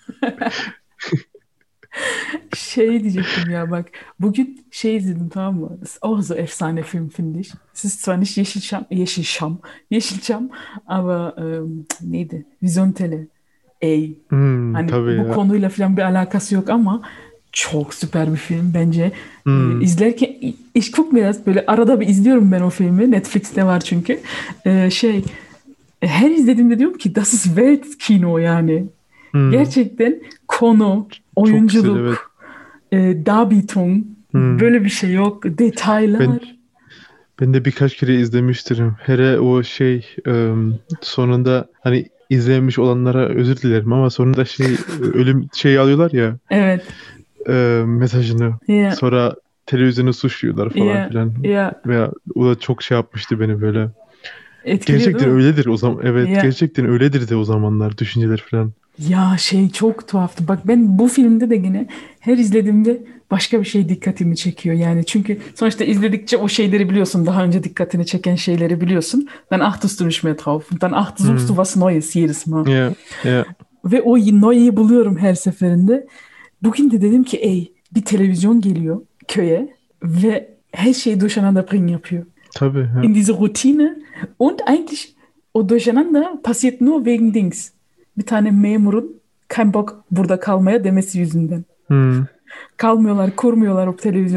Şey diyecektim ya bak. Bugün şey izledim tamam mı? Oh so efsane Film finde ich. Es ist zwar nicht Yeşilçam ama neydi? Vizontele. Ey. Hani Tabii bu ya. konuyla falan bir alakası yok ama çok süper bir film bence. Hmm, İzlerken ich guck biraz böyle arada bir izliyorum ben o filmi. Netflix'te var çünkü. Şey her izlediğimde diyorum ki das ist Weltkino yani. hmm. Gerçekten konu, Çok güzel, evet. oyunculuk, Darbietung Hmm. böyle bir şey yok. Ben Detaylar. ben de birkaç kere izlemiştim. Hele o sonunda hani izlemiş olanlara özür dilerim ama sonunda ölüm alıyorlar ya, Evet. mesajını. Ya, Sonra televizyonu suçluyorlar falan ya, filan. ya. Veya o da çok şey yapmıştı beni böyle. Etkiliyor değil Gerçekten mi? öyledir o zaman. Evet, Ya. gerçekten öyledir de o zamanlar düşünceler falan. Ya şey çok tuhaftı. Bak ben bu filmde de yine her izlediğimde başka bir şey dikkatimi çekiyor. Yani çünkü sonuçta izledikçe o şeyleri biliyorsun. Daha önce dikkatini çeken şeyleri biliyorsun. Dann achtest du nicht mehr drauf. Und dann suchst du Hmm. was Neues jedes Mal. Ya, ya. Ve o Neue'yi buluyorum her seferinde. Bugün de dedim ki ey bir televizyon geliyor köye ve her şeyi durcheinander bringen yapıyor. Tabii ya. In diese Routine und eigentlich o durcheinander passiert nur wegen Dings. Bir tane memurun kein Bock burada kalmaya demesi yüzünden. Hmm. Kalmıyorlar, kurmuyorlar o televizyonu.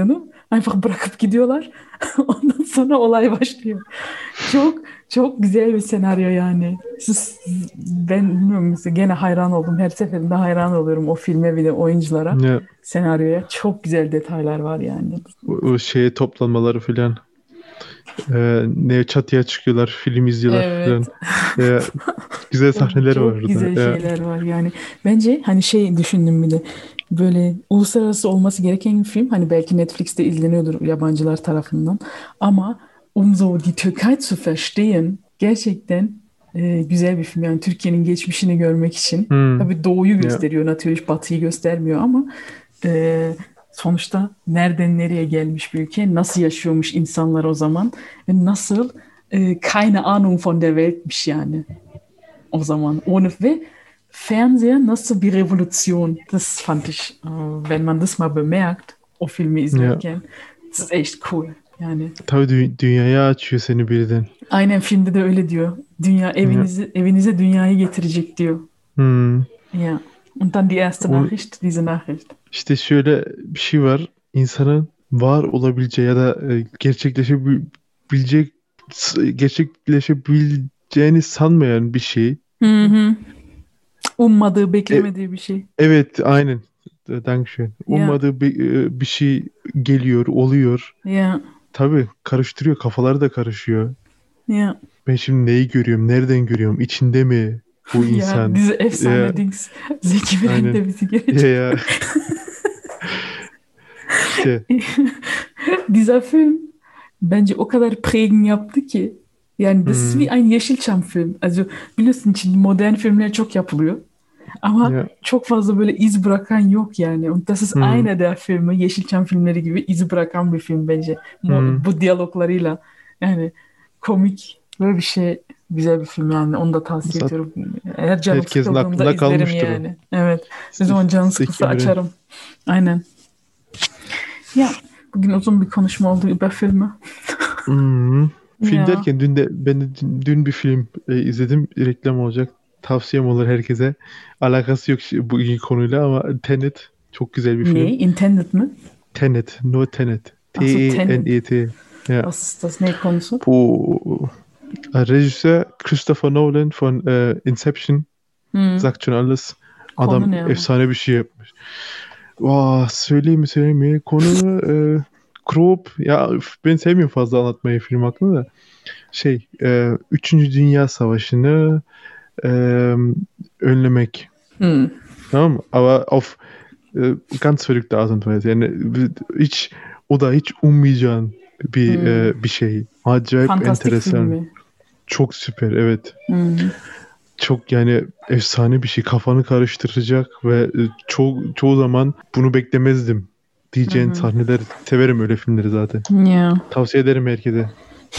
Einfach bırakıp gidiyorlar. Ondan sonra olay başlıyor. Çok çok güzel bir senaryo yani. Ben bilmiyorum mesela gene hayran oldum. Her seferinde hayran oluyorum o filme bir de oyunculara, Ya, senaryoya. Çok güzel detaylar var yani. o şeye toplanmaları filan. Ne çatıya çıkıyorlar, film izliyorlar Evet. filan. Ya, güzel Çok, sahneleri var çok orada. güzel Ya, şeyler var yani. Bence hani şey düşündüm bir de böyle uluslararası olması gereken bir film. Hani belki Netflix'te izleniyordur yabancılar tarafından. Ama um so die Türkei zu verstehen gerçekten güzel bir film. Yani Türkiye'nin geçmişini görmek için. hmm, Tabii doğuyu ya, gösteriyor natürlich, batıyı göstermiyor ama e, sonuçta nereden nereye gelmiş bir ülke, nasıl yaşıyormuş insanlar o zaman ve nasıl keine Ahnung von der Weltmiş yani o zaman. Ohne ve Fernseher nasıl bir revolüsyon. Das fand ich, wenn man das mal bemerkt, o filmi ya. izlerken, das ist echt cool. Yani Tabii dünyaya açıyor seni birden. aynen filmde de öyle diyor. Dünya Ya, evinize dünyayı getirecek diyor. hmm. Ja. Und dann die erste O, Nachricht, diese Nachricht. işte şöyle bir şey var. İnsanın var olabileceği ya da gerçekleşebileceğini sanmayan bir şey. Hı hı. Ummadığı, E, beklemediği bir şey. evet, aynen. Dankeschön. Ja, Ummadığı bir şey geliyor, oluyor. ja, Tabii karıştırıyor, kafaları da karışıyor. ja. Ben şimdi neyi görüyorum, nereden görüyorum, içinde mi bu Ja, insan? diese Ya, Efsane-Dings. Zeki Müren aynen. de bizi Ya, gelecek. ya. İşte. Dieser Film bence o kadar prägend yaptı ki. Yani das ist Hmm, wie ein Yeşilçam-Film. Also biliyorsun şimdi modern filmler çok yapılıyor. Ama ya, çok fazla böyle iz bırakan yok yani. Und das ist hmm, einer der Filme, Yeşilçam filmleri gibi iz bırakan bir film bence. hmm. Bu diyaloglarıyla. Yani komik böyle bir şey. Güzel bir film yani. Onu da tavsiye Zaten ediyorum. Eğer canım herkesin sıkıldığında aklında izlerim kalmıştır o. yani. Evet. Ne zaman canım Zeki sıkılsa Müren. açarım. Aynen. Ya bugün uzun bir konuşma oldu über Filme. Hmm. Film Ya. derken ben de dün bir film izledim. Reklam olacak. Tavsiyem olur herkese. Alakası yok bu iki konuyla ama Tenet çok güzel bir film. Ne? Intended mi? Tenet, no Tenet. Achso, Tenet. T-E-N-E-T. Ja. Was ist das? Ne konusu? Bu Regisseur Christopher Nolan von Inception Hmm. sagt schon alles. Konu Adam ne ama? efsane bir şey yapmış. Söyleyeyim mi? Konu grob. Ya ben sevmiyorum fazla anlatmayı film hakkında da. Üçüncü Dünya Savaşı'nı e, önlemek. Hmm. Tamam mı? Aber auf ganz verrückte Art und Weise. Yani hiç ummayacağın Hmm. bir şey. Acayip Fantastik film enteresan. mi? Çok süper, evet. Hmm. Çok yani efsane bir şey. Kafanı karıştıracak ve çoğu zaman bunu beklemezdim diyeceğin Mhm. sahneler. Severim öyle filmleri zaten. Ja. Tavsiye ederim herkese.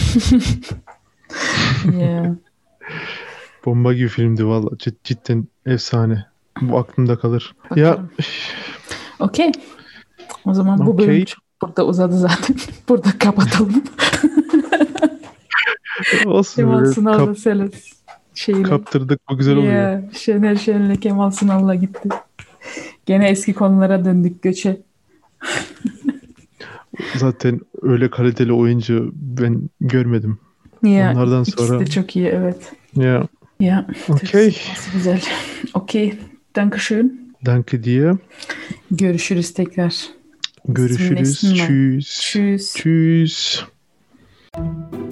Ja. Bomba gibi filmdi valla. Cidden efsane. Bu aklımda kalır. Ya Bakarım. Okey. O zaman bu bölüm okey. çok burada uzadı zaten. Burada kapatalım. Olsun Kemal böyle Sunal'la Seles şeyle. kaptırdık. Bu güzel oluyor. Ya, Şener Şen'le Kemal Sunal'la gitti. Gene eski konulara döndük göçe. Zaten öyle kaliteli oyuncu ben görmedim. Ya, Onlardan ikisi sonra de çok iyi, evet. ya Ya, Türk okey. sineması güzel. Okey, dankeschön. Danke dir. Görüşürüz tekrar. Bis zum Görüşürüz. nächsten Mal. Tschüss. Tschüss. Tschüss.